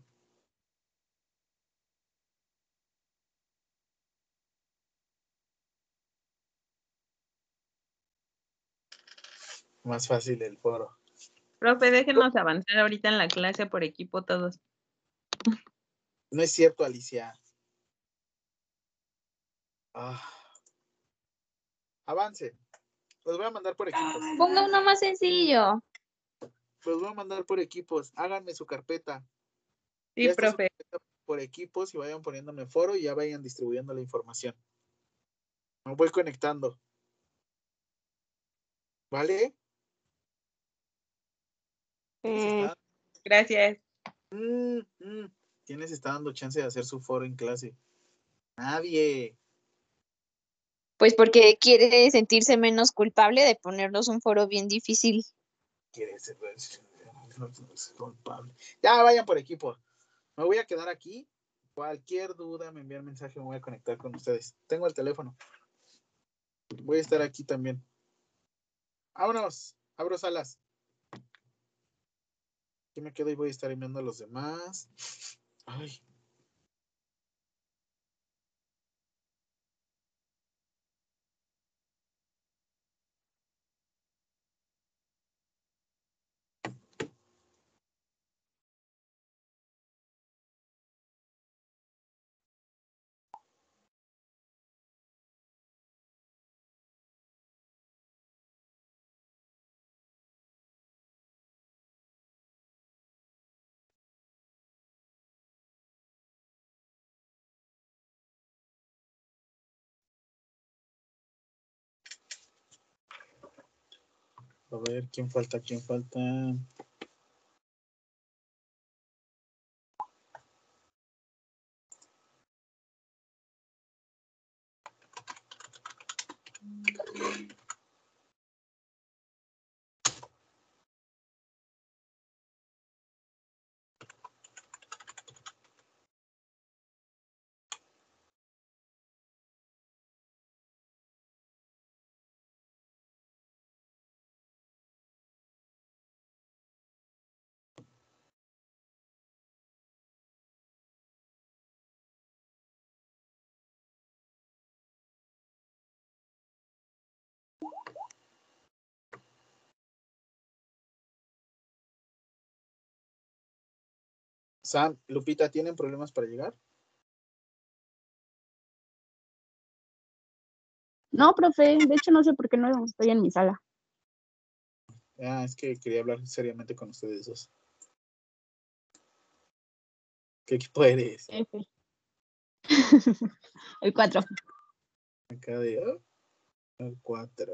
Más fácil el foro. Profe, déjenos avanzar ahorita en la clase por equipo todos. No es cierto, Alicia. Ah. Avance. Los voy a mandar por equipos. Ponga uno más sencillo. Los voy a mandar por equipos. Háganme su carpeta. Sí, Ya está profe. subdividida por equipos y vayan poniéndome foro y ya vayan distribuyendo la información. Me voy conectando. ¿Vale? ¿Quiénes Eh, están? gracias. Mm, mm. ¿Quiénes está dando chance de hacer su foro en clase? Nadie. Pues porque quiere sentirse menos culpable de ponernos un foro bien difícil. Quiere ser culpable. Ya vayan por equipo. Me voy a quedar aquí. Cualquier duda, me envían mensaje, me voy a conectar con ustedes. Tengo el teléfono. Voy a estar aquí también. Vámonos. Abro salas. Aquí me quedo y voy a estar enviando a los demás. Ay. A ver, ¿quién falta? ¿Quién falta? Sam, Lupita, ¿tienen problemas para llegar? No, profe, de hecho no sé por qué no estoy en mi sala. Ah, es que quería hablar seriamente con ustedes dos. ¿Qué equipo eres? F. El cuatro. Acá de oh, el cuatro.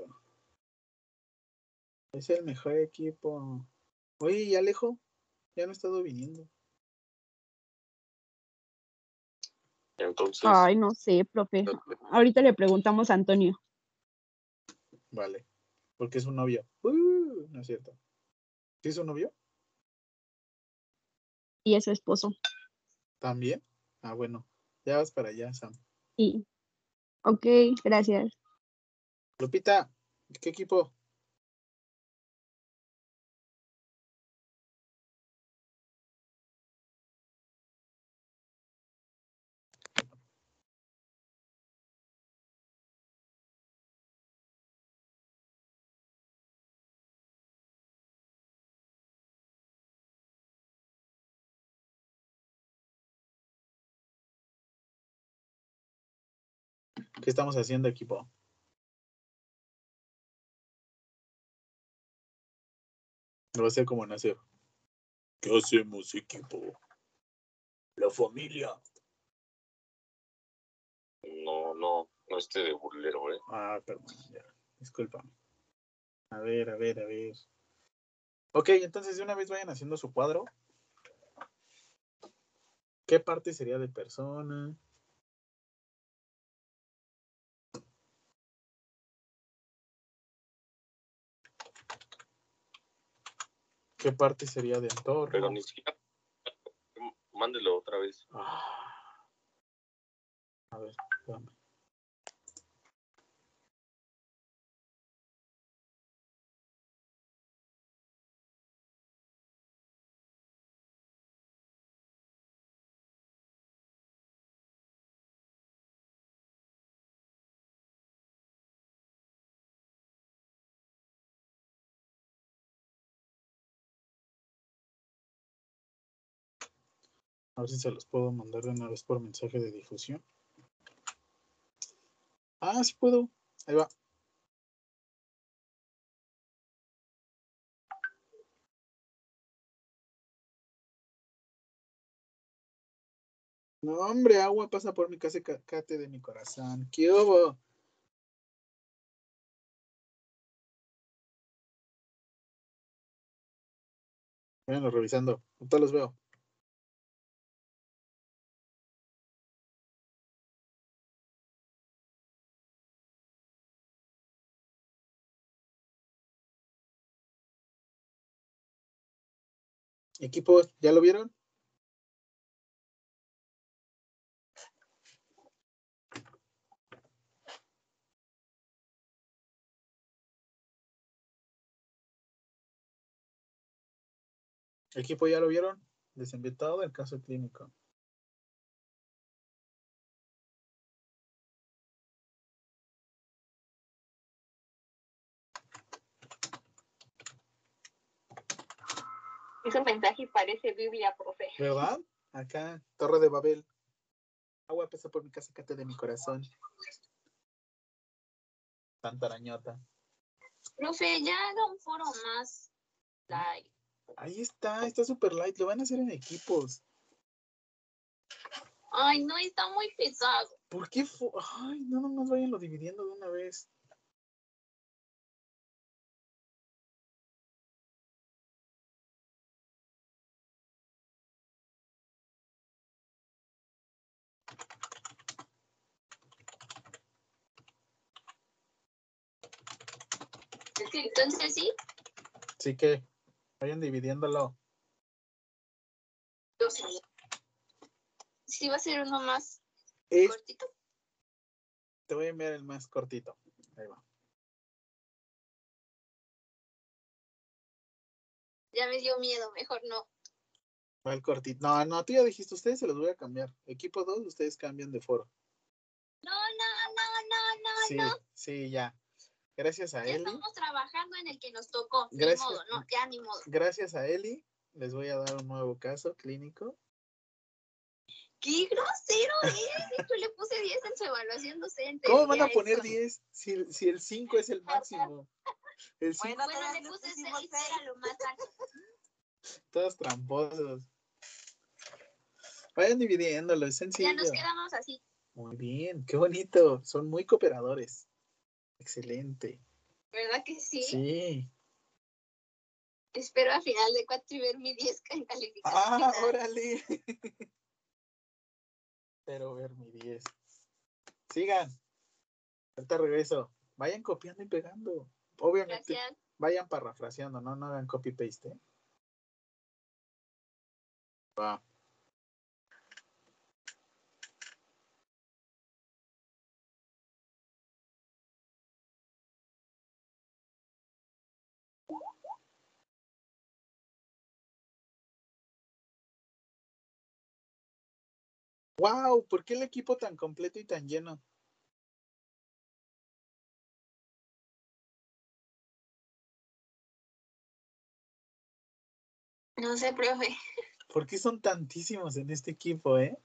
Es el mejor equipo. Oye, ¿y Alejo? Ya no ha estado viniendo. Entonces. Ay, no sé, profe. Ahorita le preguntamos a Antonio. Vale. Porque es un novio. Uh, no es cierto. ¿Sí es un novio? Y es su esposo. ¿También? Ah, bueno. Ya vas para allá, Sam. Sí. Ok, gracias. Lupita, ¿qué equipo? ¿Qué estamos haciendo, equipo? No va a ser como nacer. ¿Qué hacemos, equipo? La familia. No, no, no esté de burlero, ¿eh? Ah, perdón, ya. Discúlpame. A ver, a ver, a ver. Ok, entonces de una vez vayan haciendo su cuadro. ¿Qué parte sería de persona? ¿Qué parte sería de entorno? Pero ni siquiera. Mándelo otra vez. Ah. A ver, espérame. A ver si se los puedo mandar de una vez por mensaje de difusión. Ah, sí puedo. Ahí va. No, hombre, agua pasa por mi casa y cate de mi corazón. ¿Qué hubo? Bueno, revisando. Ahorita los veo. Equipo, ¿ya lo vieron? Equipo, ¿ya lo vieron? Desinvitado del caso clínico. Es un mensaje y parece Biblia, profe. ¿Verdad? Acá, Torre de Babel. Agua pasa por mi casa, cate de mi corazón. Santa arañota. Profe, ya haga un foro más light. Ahí está, está super light. Lo van a hacer en equipos. Ay, no, está muy pesado. ¿Por qué? Fu- Ay, no, no nos vayan lo dividiendo de una vez. Entonces sí, Así que vayan dividiéndolo. yo sí. Sí va a ser uno más Es- cortito. Te voy a enviar el más cortito. Ahí va. Ya me dio miedo, mejor no. Va el cortito. No, no, tú ya dijiste, ustedes se los voy a cambiar. Equipo dos, ustedes cambian de foro. No, no, no, no, no, Sí, no. sí, ya. Gracias a Ya Eli. estamos trabajando en el que nos tocó. Gracias. Ni modo, no, ya ni modo. Gracias a Eli, les voy a dar un nuevo caso clínico. ¡Qué grosero es! Yo le puse diez en su evaluación docente. ¿Cómo van a Ya poner eso. diez si, el- si el cinco es el máximo? El cinco, Bueno, le puse seis, era lo más alto. todos tramposos. Vayan dividiéndolo, es sencillo. Ya nos quedamos así. Muy bien, qué bonito. Son muy cooperadores. Excelente. ¿Verdad que sí? Sí. Espero al final de cuatro y ver mi diez en calificación. Ah, órale. Pero ver mi diez. Sigan. Ahorita regreso. Vayan copiando y pegando. Obviamente. Gracias. Vayan parafraseando, ¿no? No hagan copy-paste. ¿eh? Va. Wow, ¿por qué el equipo tan completo y tan lleno? No sé, profe. ¿Por qué son tantísimos en este equipo, eh?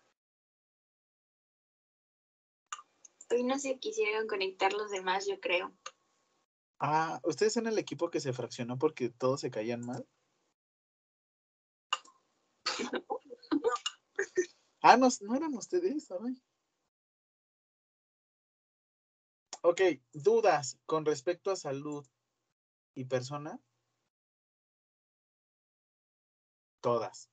Hoy no se quisieron conectar los demás, yo creo. Ah, ¿ustedes son el equipo que se fraccionó porque todos se caían mal? Ah, no, no eran ustedes, ay. Ok, dudas con respecto a salud y persona. Todas.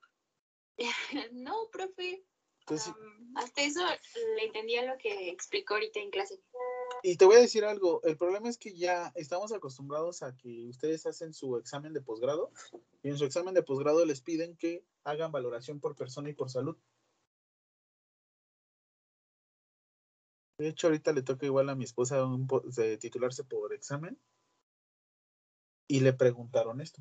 No, profe. Entonces, Um, hasta eso le entendía lo que explicó ahorita en clase. y te voy a decir algo, el problema es que ya estamos acostumbrados a que ustedes hacen su examen de posgrado y en su examen de posgrado les piden que hagan valoración por persona y por salud. De hecho, ahorita le toca igual a mi esposa un po- de titularse por examen y le preguntaron esto.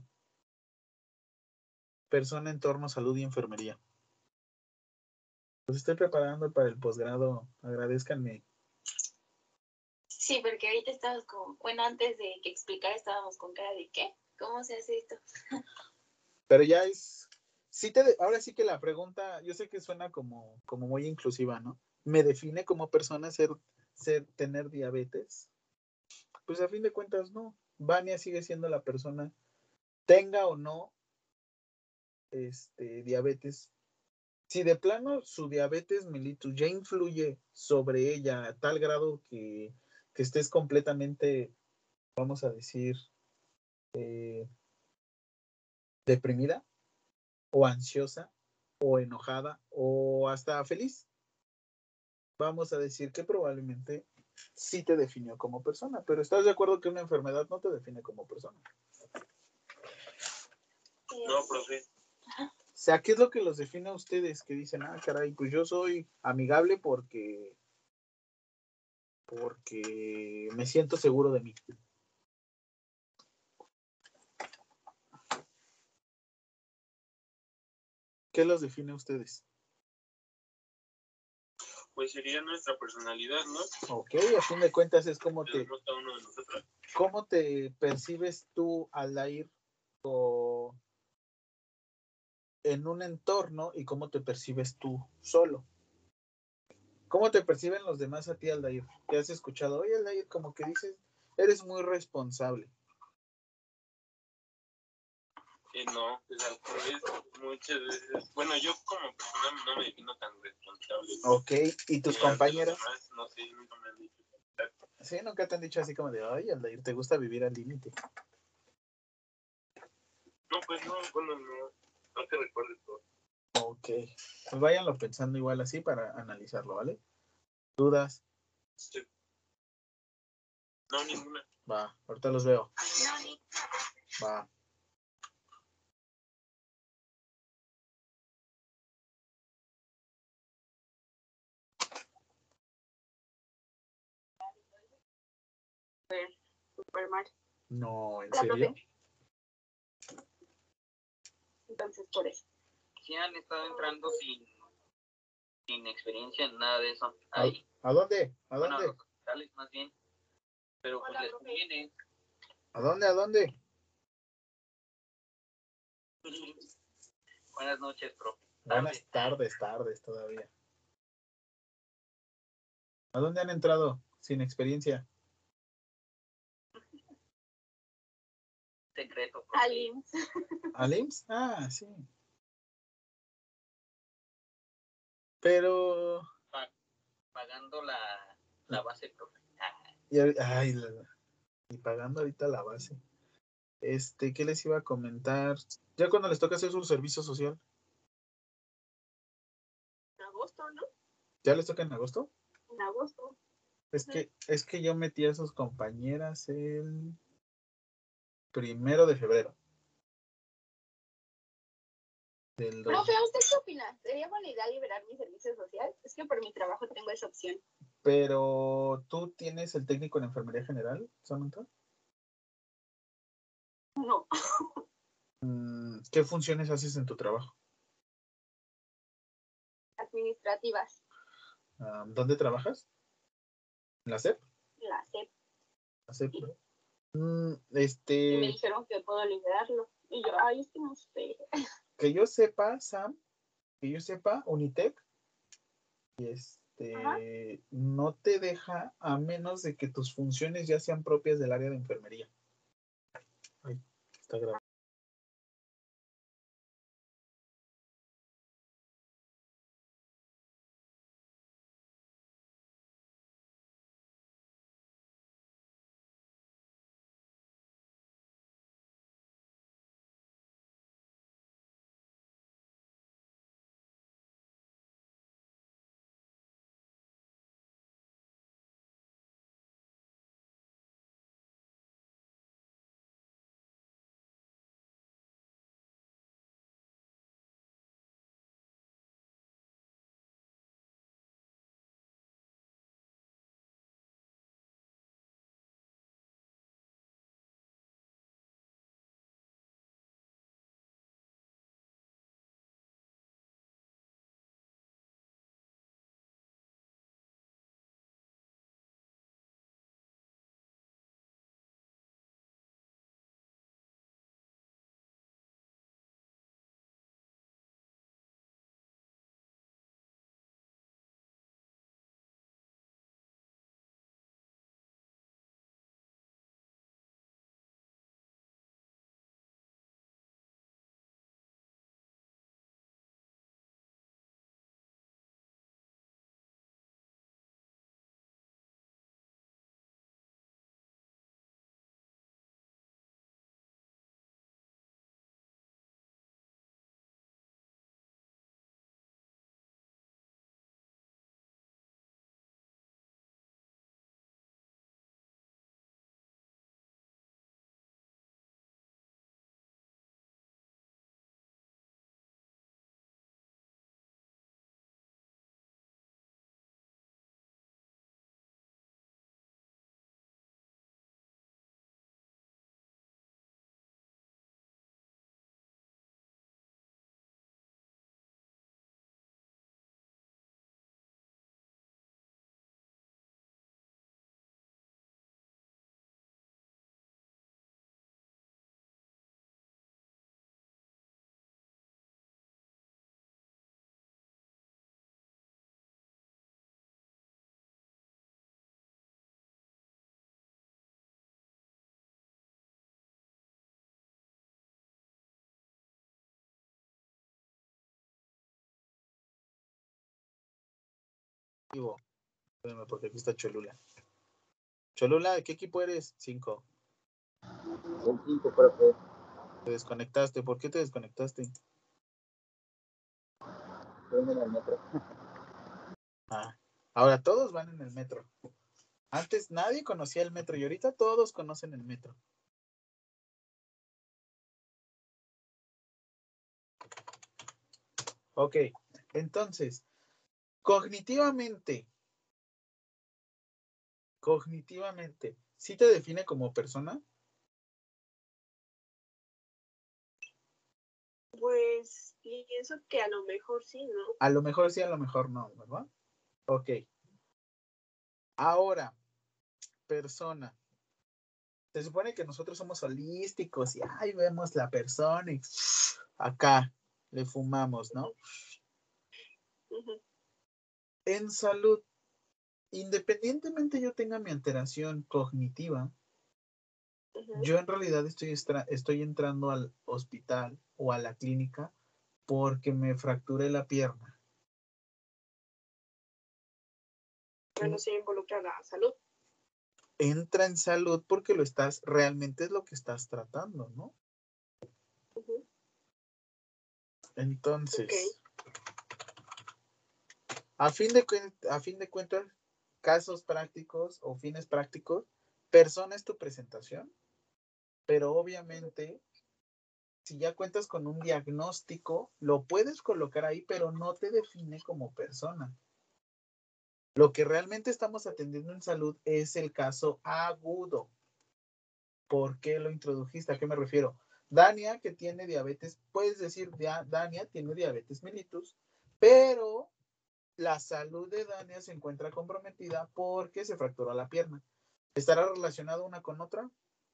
Persona, entorno, salud y enfermería. Pues estoy preparando para el posgrado, agradezcanme. Sí, porque ahorita estábamos como, bueno, antes de que explicara estábamos con cara de ¿qué? ¿Cómo se hace esto? Pero ya es, sí te, de- ahora sí que la pregunta, yo sé que suena como, como muy inclusiva, ¿no? ¿Me define como persona ser, ser, tener diabetes? Pues a fin de cuentas no. Vania sigue siendo la persona, tenga o no este, diabetes, Si de plano su diabetes mellitus ya influye sobre ella a tal grado que, que estés completamente, vamos a decir, eh, deprimida o ansiosa o enojada o hasta feliz, vamos a decir que probablemente sí te definió como persona, pero ¿estás de acuerdo que una enfermedad no te define como persona? No, profe. O sea, ¿qué es lo que los define a ustedes? Que dicen, ah, caray, pues yo soy amigable porque porque me siento seguro de mí. ¿Qué los define a ustedes? Pues sería nuestra personalidad, ¿no? Ok, a fin de cuentas es como te, Cada uno de nosotros. cómo te percibes tú al ir o en un entorno y cómo te percibes tú solo. ¿Cómo te perciben los demás a ti, Aldair? ¿Te has escuchado? Oye, Aldair, como que dices, eres muy responsable. Eh, no, pues al revés, muchas veces. Bueno, yo como persona no me defino tan responsable. Ok, ¿y tus Eh, compañeros? Demás, no sé, nunca me han dicho. Sí, nunca te han dicho así como de, ay, Aldair, ¿te gusta vivir al límite? No, pues no, bueno, no, no te recuerdes todo. Ok, pues váyanlo pensando igual así para analizarlo, ¿vale? ¿Dudas? Sí. No, ninguna. Va, ahorita los veo. No, ni. Va. Super, super mal. No, ¿en Hola, serio? profe. Entonces, por eso. Sí han estado entrando sin, sin experiencia en nada de eso. ¿A, Ahí. ¿a dónde? ¿A Bueno, dónde? los hospitales más bien. Pero pues les conviene. ¿A dónde? ¿A dónde? Buenas noches, profe. Buenas tardes, tardes todavía. ¿A dónde han entrado sin experiencia? Secreto, profe. Al I M S S. ¿Al I M S S? Ah, sí. Pero... Pa- pagando la, la base, profe. Ah. Y, ay, la- y pagando ahorita la base. Este, ¿qué les iba a comentar? Ya cuando les toca hacer su servicio social. En agosto, ¿no? ¿Ya les toca en agosto? En agosto. Es que, es que yo metí a sus compañeras el primero de febrero. Del dos. Profe, ¿usted qué opina? ¿Sería buena idea liberar mi servicio social? Es que por mi trabajo tengo esa opción. Pero, ¿tú tienes el técnico en enfermería general, Samantha? No. Mm, ¿Qué funciones haces en tu trabajo? Administrativas. Ah, ¿dónde trabajas? ¿En la S E P? La C E P. La S E P. Mm, Y me este, dijeron que puedo liberarlo. Y yo, ay, es que no sé. que yo sepa, Sam, que yo sepa, Unitec, este, Ajá. no te deja a menos de que tus funciones ya sean propias del área de enfermería. Ay, está grabado. Vivo. Espérame, porque aquí está Cholula. Cholula, ¿de qué equipo eres? Cinco. El cinco, profe. Te desconectaste. ¿Por qué te desconectaste? Estoy en el metro. Ah, ahora todos van en el metro. Antes nadie conocía el metro y ahorita todos conocen el metro. Ok, entonces, cognitivamente, cognitivamente, ¿sí te define como persona? Pues pienso que a lo mejor sí, ¿no? A lo mejor sí, a lo mejor no, ¿verdad? Ok. Ahora, persona. Se supone que nosotros somos holísticos y ahí vemos la persona y acá le fumamos, ¿no? Ujú. En salud, independientemente yo tenga mi alteración cognitiva, Ujú. yo en realidad estoy, estra- estoy entrando al hospital o a la clínica porque me fracturé la pierna. Bueno, se involucra la salud. Entra en salud porque lo estás, realmente es lo que estás tratando, ¿no? Ujú. Entonces, Ok. a fin de, cuen- a fin de cuentas, casos prácticos o fines prácticos, persona es tu presentación, pero obviamente, si ya cuentas con un diagnóstico, lo puedes colocar ahí, pero no te define como persona. Lo que realmente estamos atendiendo en salud es el caso agudo. ¿Por qué lo introdujiste? ¿A qué me refiero? Dania, que tiene diabetes, puedes decir, "Dia- Dania tiene diabetes mellitus, pero la salud de Dania se encuentra comprometida porque se fracturó la pierna. ¿Estará relacionado una con otra?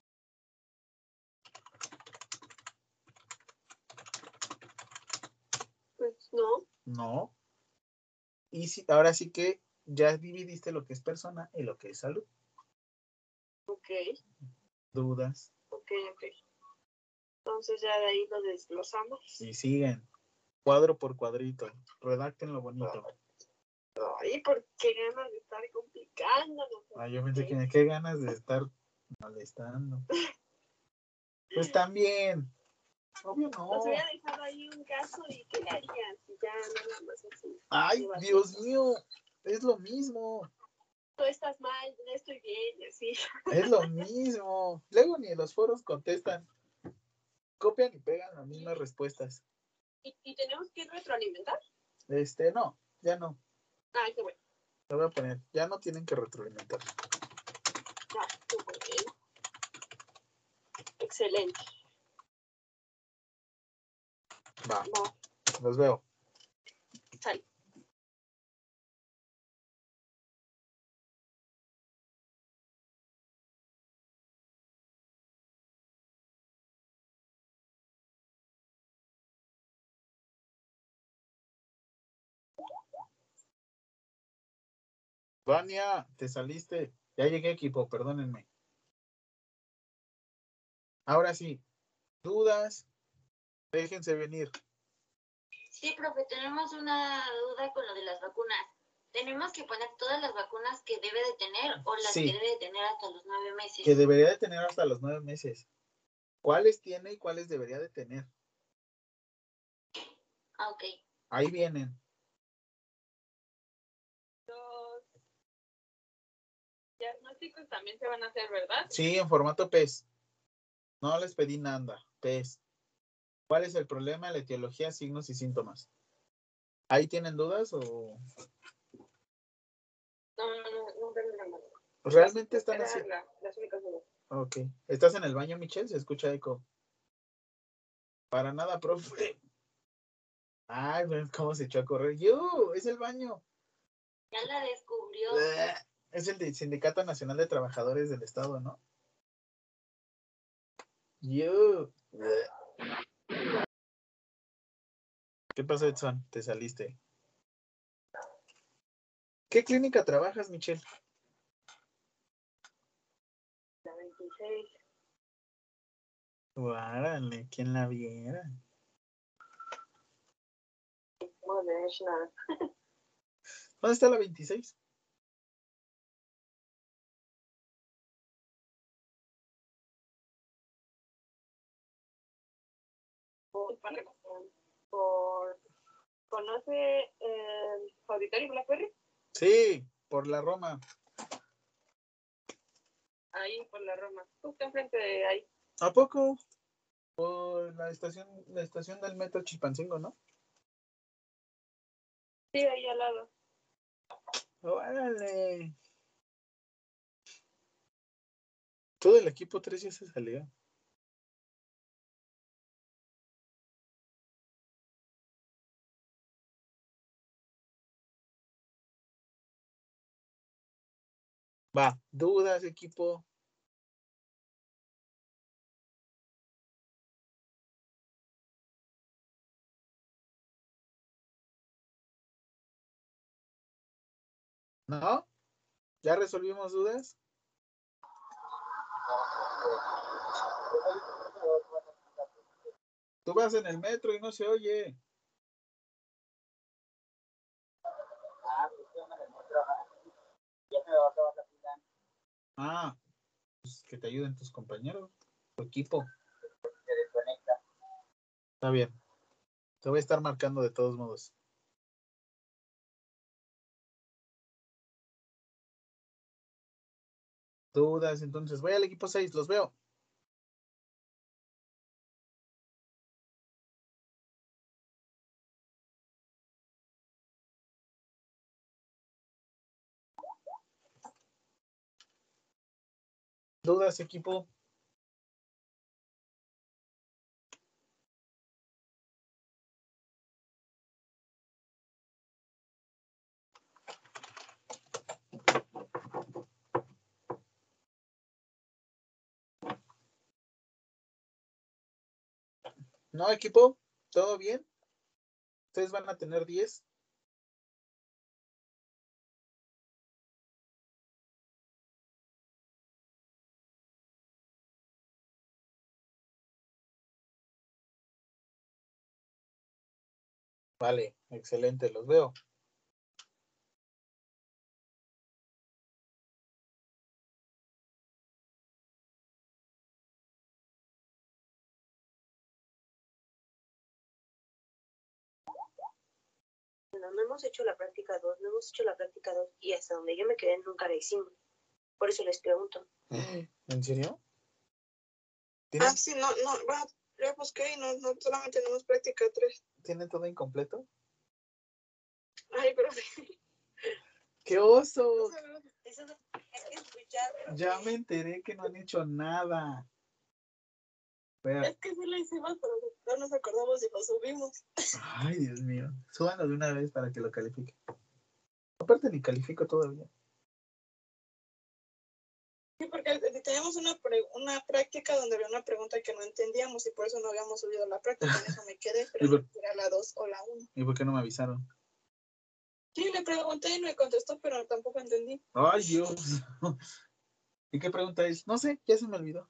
Pues no. No. Y si, ahora sí que ya dividiste lo que es persona y lo que es salud. Ok, Dudas. ok, ok. Entonces ya de ahí lo desglosamos. Y siguen. Cuadro por cuadrito. Redacten lo bonito. Ay, ¿por qué ganas de estar complicándolo? Ah, yo pensé que qué ganas de estar molestando. Pues también. Obvio no. Nos hubiera dejado ahí un caso y qué harías. Y ya nada más así. Ay, Dios mío. Es lo mismo. Tú estás mal, yo estoy bien, y así. Es lo mismo. Luego ni en los foros contestan. Copian y pegan las mismas respuestas. ¿Y, y tenemos que retroalimentar? Este, no, ya no. Ah, qué bueno. Lo voy a poner. Ya no tienen que retroalimentar. Ya, qué bueno. Excelente. Va. Va, Los veo. sale. Vania, te saliste. Ya llegué, equipo, perdónenme. Ahora sí, dudas, déjense venir. Sí, profe, tenemos una duda con lo de las vacunas. ¿Tenemos que poner todas las vacunas que debe de tener o las Sí. que debe de tener hasta los nueve meses? Que debería de tener hasta los nueve meses. ¿Cuáles tiene y cuáles debería de tener? Ah, ok. Ahí vienen. Los diagnósticos también se van a hacer, ¿verdad? Sí, en formato P E S. No les pedí nada. P E S. ¿Cuál es el problema? La etiología, signos y síntomas. ¿Ahí tienen dudas o...? No, no, no, no tengo nada más. ¿Realmente están Eran haciendo? la- las únicas dudas. Ok. ¿Estás en el baño, Michelle? Se escucha eco. Para nada, profe. Ay, ven cómo se echó a correr. ¡Yo! ¡Es el baño! Ya la descubrió. Es el del Sindicato Nacional de Trabajadores del Estado, ¿no? ¡Yo! ¿Qué pasó, Edson? Te saliste. ¿Qué clínica trabajas, Michelle? La veintiséis. Guárale, ¿quién la viera? Moderna. ¿Dónde está la veintiséis? Por, por- ¿conoce el auditorio Blackberry? Sí, por la Roma. Ahí, por la Roma. Justo enfrente de ahí. ¿A poco? Por la estación, la estación del metro Chilpancingo, ¿no? Sí, ahí al lado. ¡Órale! Todo el equipo tres ya se salió. Va, dudas, equipo. ¿No? ¿Ya resolvimos dudas? Tú vas en el metro y no se oye. Ah, pues que te ayuden tus compañeros, tu equipo. Está bien. Te voy a estar marcando de todos modos. Dudas, entonces voy al equipo seis, los veo. Dudas, equipo. ¿No, equipo? ¿Todo bien? ¿Ustedes van a tener diez? Vale, excelente, los veo. No, no hemos hecho la práctica dos, no hemos hecho la práctica dos y hasta donde yo me quedé nunca la hicimos. Por eso les pregunto. ¿En serio? Ah, sí, no, no, bueno, ya busqué y no, no solamente tenemos práctica tres. ¿Tienen todo incompleto? Ay, pero ¡Qué oso! Eso es que escuchar. Ya me enteré que no han hecho nada. Pero- Es que sí lo hicimos, pero no nos acordamos y lo subimos. Ay, Dios mío. Súbanlo de una vez para que lo califique. Aparte ni califico todavía. Sí, porque teníamos una, pre- una práctica donde había una pregunta que no entendíamos y por eso no habíamos subido la práctica. En eso me quedé, pero ¿Y por, no sé si era la dos o la uno. ¿Y por qué no me avisaron? Sí, le pregunté y me contestó, pero tampoco entendí. Ay, Dios. ¿Y qué pregunta es? No sé, ya se me olvidó.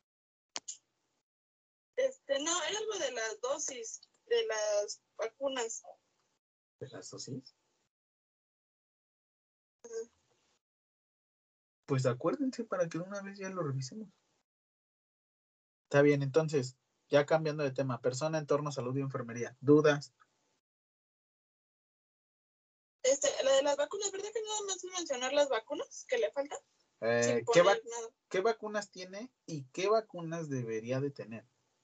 Este, no, era algo de las dosis, de las vacunas. ¿De las dosis? Pues acuérdense para que de una vez ya lo revisemos. Está bien, entonces, ya cambiando de tema. Persona, entorno, salud y enfermería. ¿Dudas? Este, la de las vacunas, ¿verdad que nada más mencionar las vacunas que le faltan? Eh, Sin ¿qué, poner va- nada. ¿Qué vacunas tiene y qué vacunas debería de tener?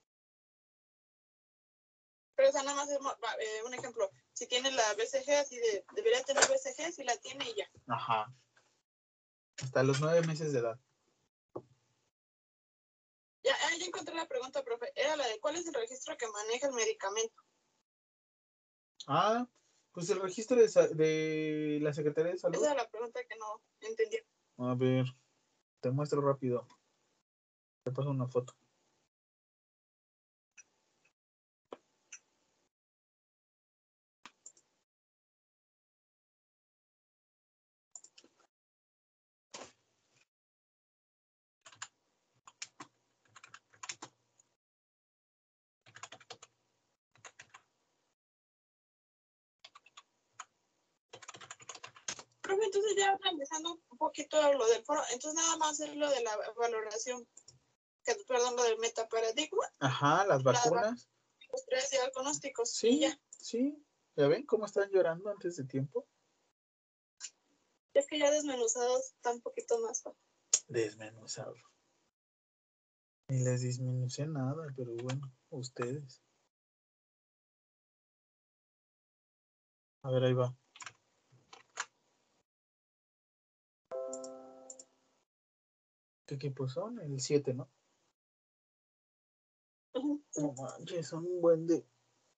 Pero o sea, nada más es mo- va, eh, un ejemplo. Si tiene la B C G, así de, debería tener B C G, si la tiene y ya. Ajá. Hasta los nueve meses de edad. Ya, ah, ya encontré la pregunta, profe. Era la de ¿cuál es el registro que maneja el medicamento? Ah, pues el registro de, sa- de la Secretaría de Salud. Esa era la pregunta que no entendí. A ver, te muestro rápido. Te paso una foto. entonces ya analizando un poquito lo del foro, entonces nada más es lo de la valoración, que, perdón, lo del metaparadigma. Ajá, las vacunas. Los tres diagnósticos. Sí, y ya. sí. ¿Ya ven cómo están llorando antes de tiempo? Es que ya desmenuzados está un poquito más. ¿no? Desmenuzado. Ni les disminuye nada, pero bueno, ustedes. A ver, ahí va. ¿Qué equipos son? El siete, ¿no? No manches, son un buen de...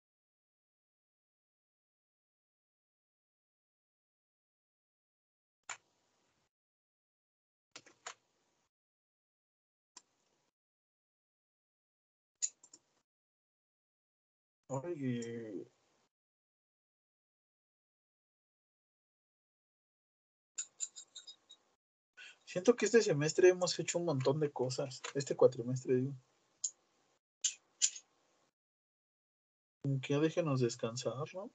Ay, siento que este semestre hemos hecho un montón de cosas. Este cuatrimestre, digo. Que ya déjenos descansar, ¿no?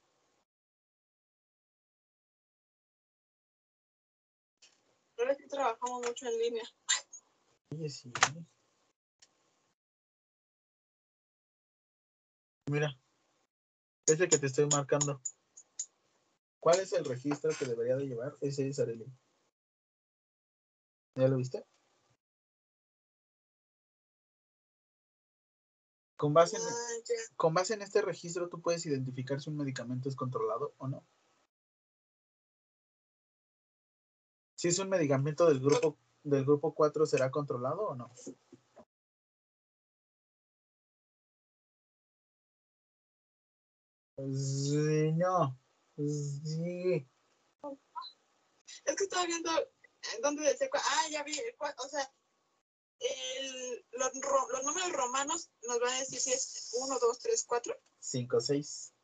Ahora sí trabajamos mucho en línea. Oye, sí. Mira, ese que te estoy marcando. ¿Cuál es el registro que debería de llevar? Ese es Arely. ¿Ya lo viste? Con base, en, Ah, ya. con base en este registro, ¿tú puedes identificar si un medicamento es controlado o no? Si es un medicamento del grupo del grupo cuatro, ¿será controlado o no? Sí, no. Sí. Es que estaba viendo en dónde decía, cua- ah, ya vi, el cua- o sea, el, los, ro- los números romanos nos van a decir si es uno, dos, tres, cuatro, cinco, seis.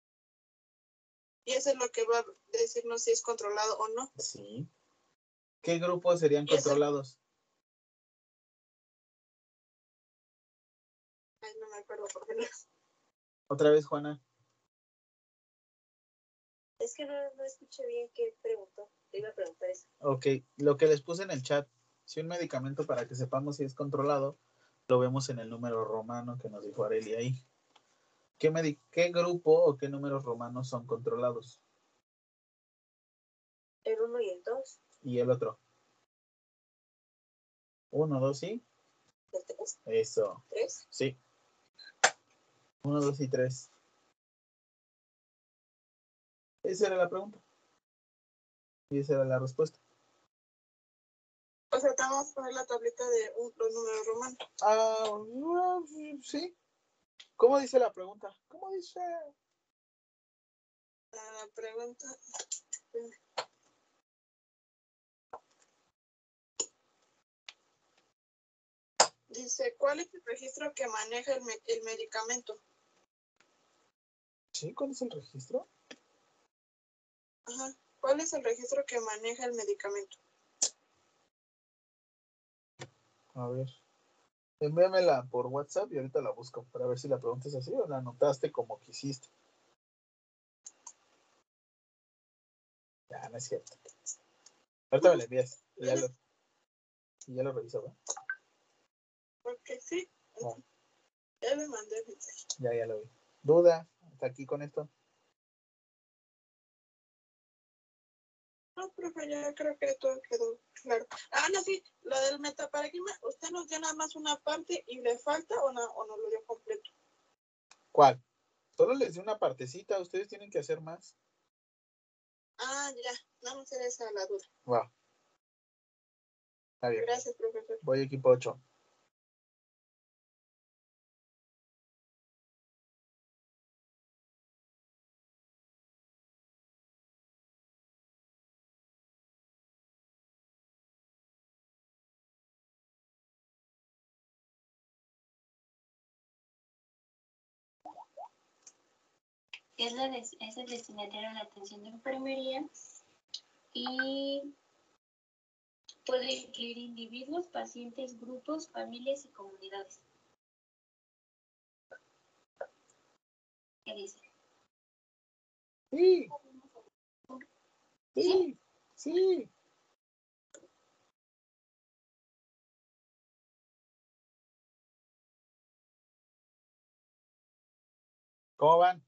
y eso es lo que va a decirnos si es controlado o no. Sí. ¿Qué grupos serían Y eso- controlados? Ay, no me acuerdo por qué no. Otra vez, Juana. Es que no, no escuché bien qué preguntó. Te iba a preguntar eso. Ok, lo que les puse en el chat. Si un medicamento, para que sepamos si es controlado, lo vemos en el número romano que nos dijo Arely ahí. ¿Qué, medi- ¿Qué grupo o qué números romanos son controlados? El uno y el dos. Y el otro. Uno, dos y... El tres. Eso. ¿Tres? Sí. Uno, dos y tres. Esa era la pregunta. Y esa era la respuesta. O sea, te vamos a poner la tablita de un- los números romanos. Ah, sí. ¿Cómo dice la pregunta? ¿Cómo dice? La pregunta. Dice, ¿cuál es el registro que maneja el, me- el medicamento? ¿Sí? ¿Cuál es el registro? Ajá. ¿Cuál es el registro que maneja el medicamento? A ver. Envíamela por WhatsApp y ahorita la busco para ver si la pregunta es así o la anotaste como quisiste. Ya, no es cierto. Ahorita me la envías y ya lo, y ya lo reviso, ¿no? Porque sí. Ah, Ya le mandé el mensaje. ya, ya lo vi. ¿Duda? ¿Hasta aquí con esto? No, profe, ya creo que todo quedó claro. Ah, no, sí, lo del metaparadigma, ¿usted nos dio nada más una parte y le falta o no, o no lo dio completo? ¿Cuál? Solo les di una partecita, ustedes tienen que hacer más. Ah, ya, no me será esa la duda. Wow. Está bien. Gracias, profesor. Voy equipo ocho. Es, la des- es el destinatario de la atención de enfermería y puede incluir individuos, pacientes, grupos, familias y comunidades. ¿Qué dice? Sí. Sí. Sí. ¿Cómo van?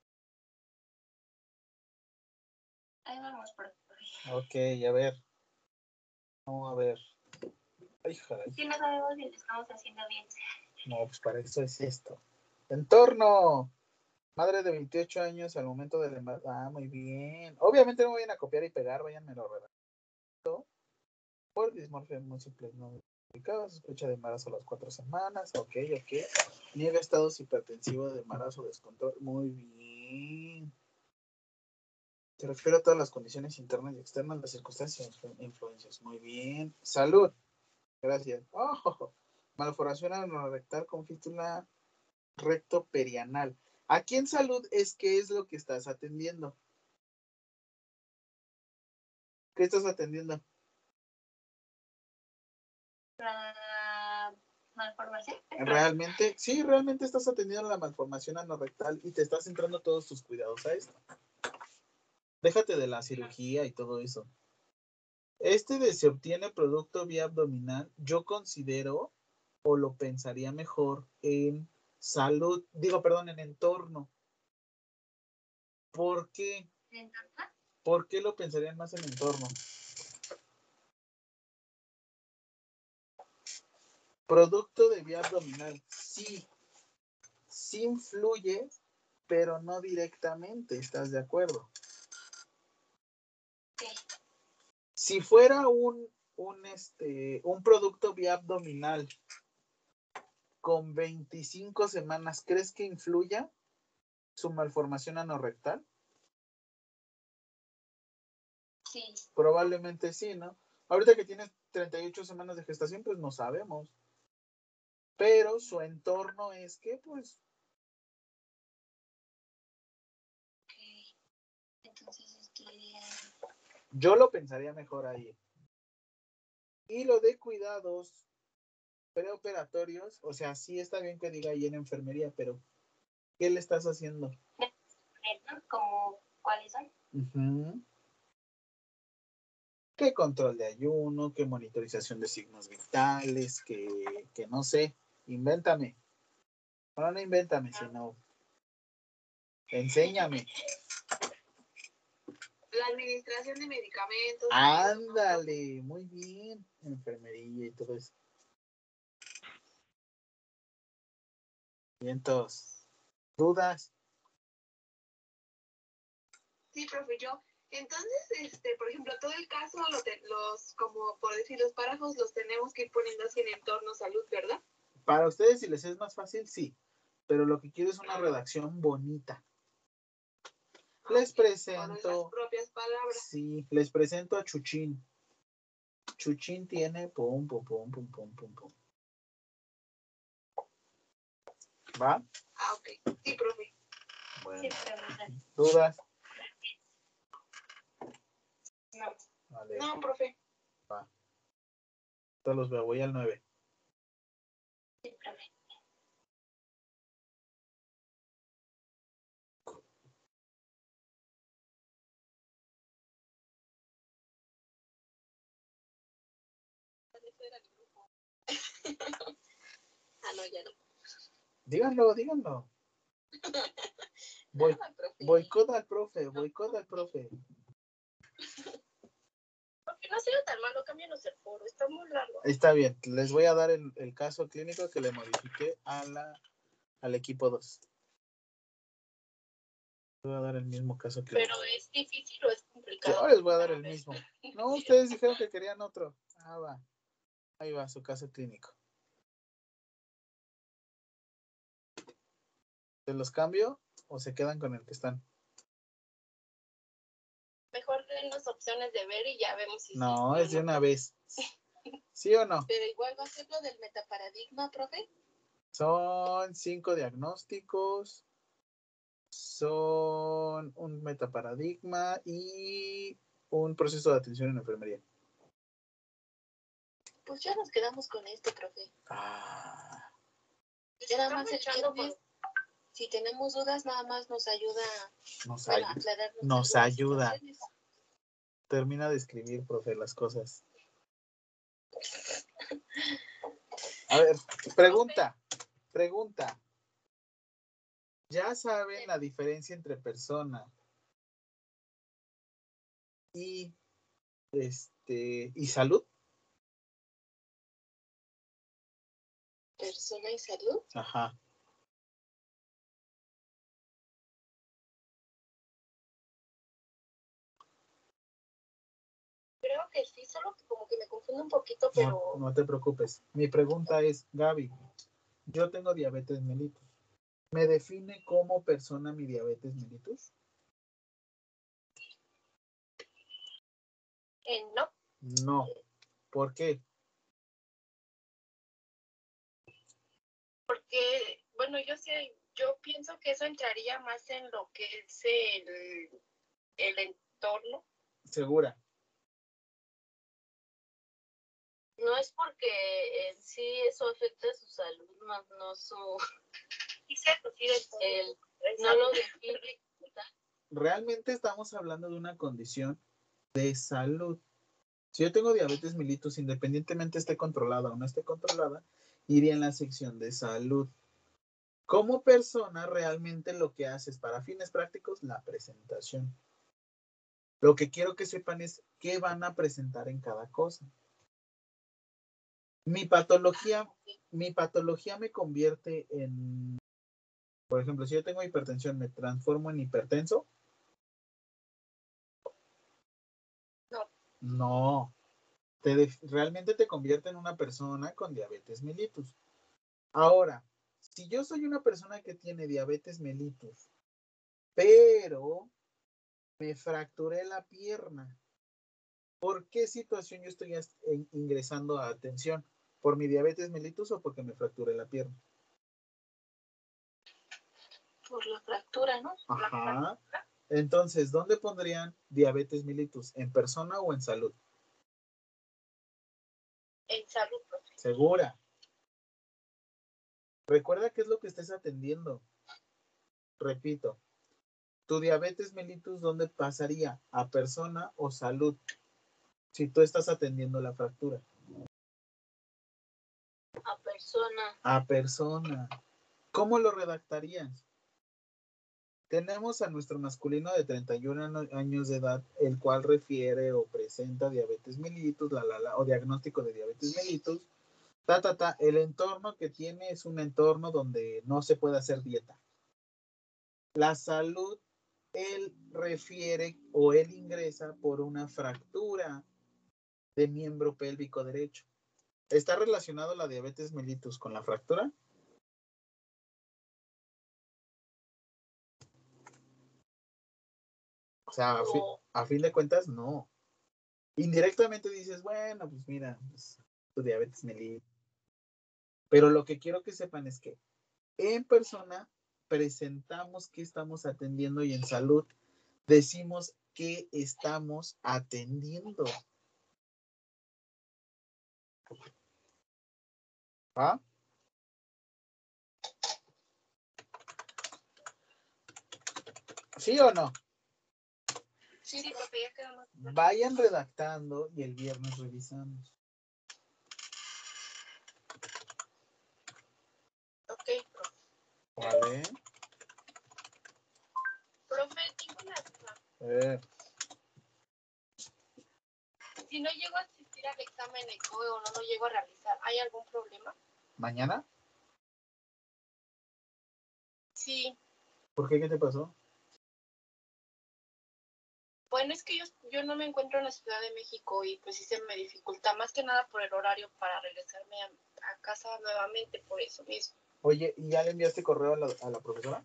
Ahí vamos, por Ok, a ver. Vamos a ver. Ay, joder. Si no sabemos si lo estamos haciendo bien. No, pues para eso es esto. Entorno. Madre de veintiocho años al momento del embarazo. Ah, muy bien. Obviamente no vayan a copiar y pegar, váyanme lo redactando. Por dismorfia múltiple no identificada, sospecha de embarazo a las cuatro semanas. Ok, ok. Niega estados hipertensivos de embarazo, descontrol. Muy bien. Se refiere a todas las condiciones internas y externas, las circunstancias e influencias. Muy bien. Salud. Gracias. Oh, malformación anorrectal con fístula recto perianal. Aquí en salud es qué es lo que estás atendiendo. ¿Qué estás atendiendo? La malformación. Realmente, sí, realmente estás atendiendo la malformación anorrectal y te estás centrando todos tus cuidados a esto. Déjate de la cirugía y todo eso. Este de se obtiene producto vía abdominal, yo considero o lo pensaría mejor en salud, digo, perdón, en entorno. ¿Por qué? ¿Por qué lo pensarían más en entorno? Producto de vía abdominal, sí, sí influye, pero no directamente, ¿estás de acuerdo? Sí. Si fuera un, un, este, un producto vía abdominal con veinticinco semanas, ¿crees que influya su malformación anorrectal? Sí. Probablemente sí, ¿no? Ahorita que tienes treinta y ocho semanas de gestación, pues no sabemos. Pero su entorno es que, pues... Ok. Entonces, este... yo lo pensaría mejor ahí. Y lo de cuidados preoperatorios, o sea, sí está bien que diga ahí en enfermería, pero ¿qué le estás haciendo? ¿Como cuáles son? Uh-huh. ¿Qué control de ayuno? ¿Qué monitorización de signos vitales? ¿Qué, que no sé? Invéntame. No, no invéntame, sino enséñame. La administración de medicamentos. Ándale, muy bien. Enfermería y todo eso. Vientos. ¿Dudas? Sí, profe, yo. Entonces, este, por ejemplo, todo el caso, lo te- los, como por decir, los párrafos los tenemos que ir poniendo así en entorno salud, ¿verdad? Para ustedes, si les es más fácil, sí. Pero lo que quiero es una redacción bonita. Les presento. Las propias palabras. Sí, les presento a Chuchín. Chuchín tiene pum, pum, pum, pum, pum, pum, pum. ¿Va? Ah, ok. Sí, profe. Bueno. Sí, profe. ¿Dudas? No. Vale. No, profe. Va. Todos los veo. Voy al nueve. Sí, profe. Ah, no, ya no. Díganlo, díganlo. Voy, boicot al profe, boicot al profe. Porque no ha sido tan malo, cámbianos el foro, está muy largo. Está bien, les voy a dar el, el caso clínico que le modifiqué a la, al equipo dos. Les voy a dar el mismo caso clínico. Pero es difícil o es complicado. Yo les voy a dar el mismo. No, ustedes dijeron que querían otro. Ah, va. Ahí va su caso clínico. ¿Se los cambio o se quedan con el que están? Mejor denos opciones de ver y ya vemos si No, sí, es de una vez. ¿Sí o no? Pero igual va a ser lo del metaparadigma, profe. Son cinco diagnósticos. Son un metaparadigma y un proceso de atención en enfermería. Pues ya nos quedamos con este, profe. Ah. Ya nada más echando por... Si tenemos dudas, nada más nos ayuda, Nos, bueno, ay- aclararnos nos algunas ayuda. situaciones. Termina de escribir, profe, las cosas. A ver, pregunta, pregunta. ¿Ya saben la diferencia entre persona y este y salud? ¿Persona y salud? Ajá. Creo que sí, solo que como que me confundo un poquito, pero... No, no te preocupes. Mi pregunta es, Gaby, yo tengo diabetes mellitus. ¿Me define como persona mi diabetes mellitus? Eh, no. No. ¿Por qué? Porque, bueno, yo sé, yo pienso que eso entraría más en lo que es el, el entorno. ¿Segura? No es porque en sí eso afecta a su salud, más no su... el, no lo define. Realmente estamos hablando de una condición de salud. Si yo tengo diabetes mellitus, independientemente esté controlada o no esté controlada, iría en la sección de salud. Como persona, realmente lo que haces para fines prácticos, la presentación. Lo que quiero que sepan es qué van a presentar en cada cosa. Mi patología, mi patología me convierte en, por ejemplo, si yo tengo hipertensión, ¿me transformo en hipertenso? No. No. Te de, realmente te convierte en una persona con diabetes mellitus. Ahora, si yo soy una persona que tiene diabetes mellitus, pero me fracturé la pierna, ¿por qué situación yo estoy ingresando a atención? ¿Por mi diabetes mellitus o porque me fracturé la pierna? Por la fractura, ¿no? Ajá. Entonces, ¿dónde pondrían diabetes mellitus? ¿En persona o en salud? En salud, profe. ¿Segura? Recuerda qué es lo que estés atendiendo. Repito, tu diabetes mellitus, ¿dónde pasaría? ¿A persona o salud? Si tú estás atendiendo la fractura. A persona. A persona. ¿Cómo lo redactarías? Tenemos a nuestro masculino de treinta y un años de edad, el cual refiere o presenta diabetes mellitus, la, la, la, o diagnóstico de diabetes mellitus. Ta, ta, ta. El entorno que tiene es un entorno donde no se puede hacer dieta. La salud, él refiere o él ingresa por una fractura de miembro pélvico derecho. ¿Está relacionado la diabetes mellitus con la fractura? O sea, a, fi a fin de cuentas, no. Indirectamente dices, bueno, pues mira, pues, tu diabetes mellitus. Pero lo que quiero que sepan es que en persona presentamos qué estamos atendiendo y en salud decimos qué estamos atendiendo. ¿Ah? ¿Sí o no? Sí, sí, profe, ya quedamos. Vayan redactando y el viernes revisamos. Ok, profe. Vale. Profe, tengo una duda. Eh. Si no llego a asistir al examen E C O E o no lo llego a realizar, ¿hay algún problema? ¿Mañana? Sí. ¿Por qué? ¿Qué te pasó? Bueno, es que yo, yo no me encuentro en la Ciudad de México y pues sí se me dificulta, más que nada por el horario para regresarme a, a casa nuevamente, por eso mismo. Oye, ¿y ya le enviaste correo a la, a la profesora?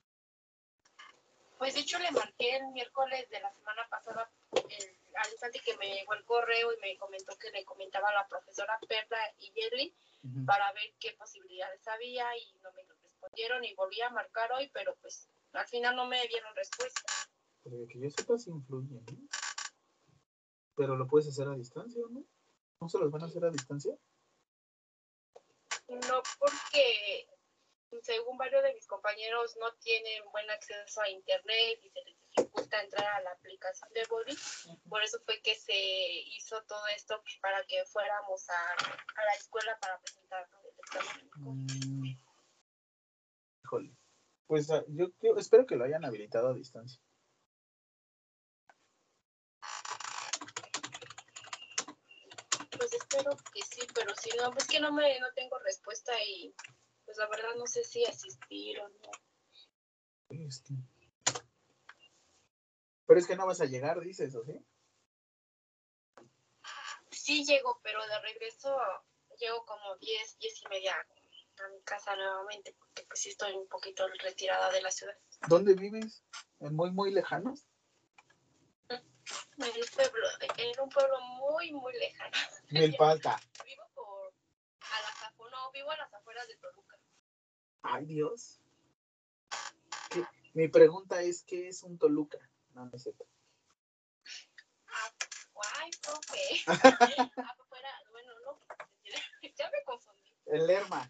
Pues de hecho le marqué el miércoles de la semana pasada, el, al instante que me llegó el correo y me comentó que le comentaba a la profesora Perla y Yerly uh-huh. para ver qué posibilidades había y no me respondieron y volví a marcar hoy, pero pues al final no me dieron respuesta. Pero que yo sepa si influye, ¿no? Pero lo puedes hacer a distancia, ¿no? ¿No se los van a hacer a distancia? No, porque según varios de mis compañeros no tienen buen acceso a internet y se les dificulta entrar a la aplicación de Body. Por eso fue que se hizo todo esto para que fuéramos a, a la escuela para presentar el examen. Mm, híjole. Pues ah, yo, yo espero que lo hayan habilitado a distancia. Pues espero que sí, pero si no, pues que no me no tengo respuesta y pues la verdad no sé si asistir o no. Es que- Pero es que no vas a llegar, dices, ¿o sí? Sí llego, pero de regreso llego como diez, diez y media a mi casa nuevamente, porque pues sí estoy un poquito retirada de la ciudad. ¿Dónde vives? ¿En muy, muy lejanos? En un pueblo, en un pueblo muy, muy lejano. Milpalta. Vivo por a las afueras, no, vivo a las afueras de Toluca. Ay, Dios. ¿Qué? Mi pregunta es, ¿qué es un Toluca? No, no es cierto. Ay, profe. Afuera, bueno, no, ya me confundí. El Lerma.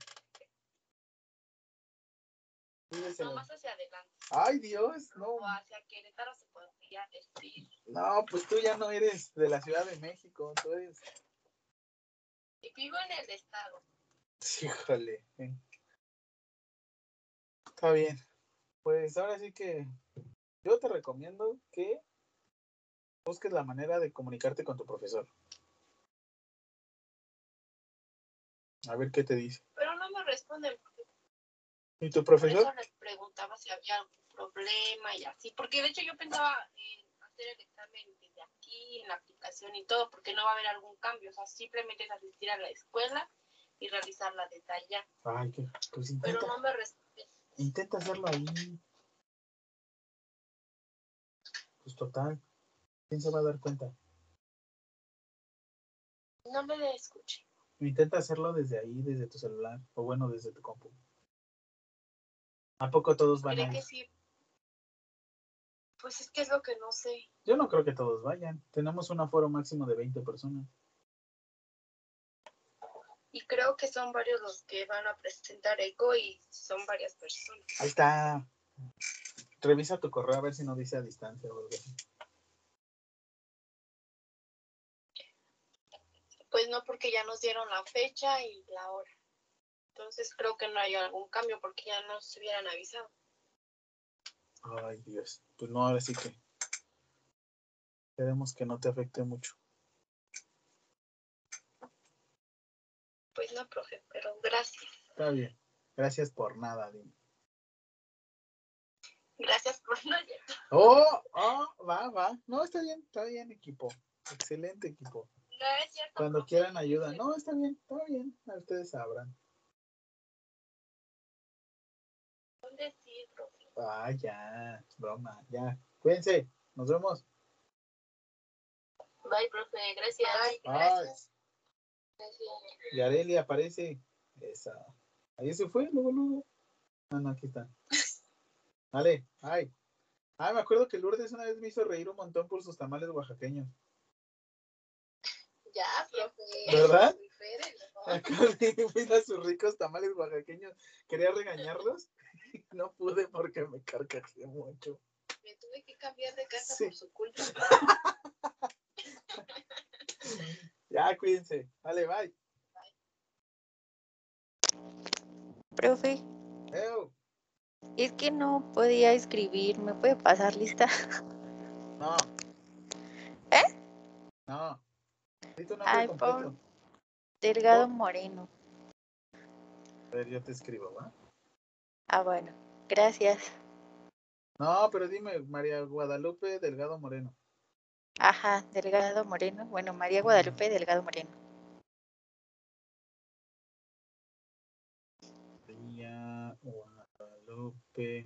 Vives en No, el- más hacia adelante. Ay, Dios, no. O hacia Querétaro se podría decir. No, pues tú ya no eres de la Ciudad de México, tú eres... Y vivo en el estado. Híjole. Está bien. Pues ahora sí que yo te recomiendo que busques la manera de comunicarte con tu profesor. A ver qué te dice. Pero no me responden. ¿Y tu Por profesor? eso les preguntaba si había algún problema y así. Porque de hecho yo pensaba en hacer el examen desde aquí, en la aplicación y todo, porque no va a haber algún cambio. O sea, simplemente es asistir a la escuela y realizarla desde allá. Ay, que pues Pero intenta, no me responden. intenta hacerlo ahí. Pues total. ¿Quién se va a dar cuenta? No me escuché. Intenta hacerlo desde ahí, desde tu celular. O bueno, desde tu compu. ¿A poco todos van a ¿Cree ir? que sí? Pues es que es lo que no sé. Yo no creo que todos vayan. Tenemos un aforo máximo de veinte personas. Y creo que son varios los que van a presentar ECO y son varias personas. Ahí está. Revisa tu correo a ver si no dice a distancia o algo así. Pues no, porque ya nos dieron la fecha y la hora. Entonces creo que no hay algún cambio porque ya nos hubieran avisado. Ay, Dios. Pues no, ahora sí que esperemos que no te afecte mucho. Pues no, profe, pero gracias. Está bien. Gracias por nada, dime. Gracias por no llegar. Oh, oh, va, va. No, está bien, está bien, equipo. Excelente equipo. No es cierto. Cuando profe. quieran ayuda. No, está bien, está bien. Ustedes sabrán. ¿Dónde sí, profe? Ah, ya. Broma, ya. Cuídense. Nos vemos. Bye, profe. Gracias. Bye, gracias. Gracias. Yareli aparece. Esa. Ahí se fue, luego, luego. Ah, no, aquí está. Vale, ay. Ah, me acuerdo que Lourdes una vez me hizo reír un montón por sus tamales oaxaqueños. Ya, profe. ¿Verdad? Diferente, ¿no? Acá mira sus ricos tamales oaxaqueños. Quería regañarlos. No pude porque me carcajé mucho. Me tuve que cambiar de casa Sí. por su culpa. Ya, cuídense. Vale, bye. Profe, Ew. es que no podía escribir, ¿me puede pasar lista? No. ¿Eh? No. Di tu nombre Ay, completo. por Delgado Por- Moreno. A ver, yo te escribo, ¿va? Ah, bueno, gracias. No, pero dime, María Guadalupe Delgado Moreno. Ajá, Delgado Moreno. Bueno, María Guadalupe Delgado Moreno. María Guadalupe.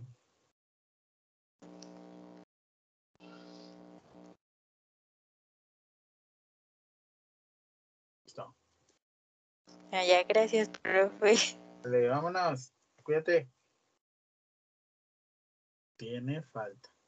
Listo. Ah, ya, gracias, profe. Vale, vámonos. Cuídate. Tiene falta.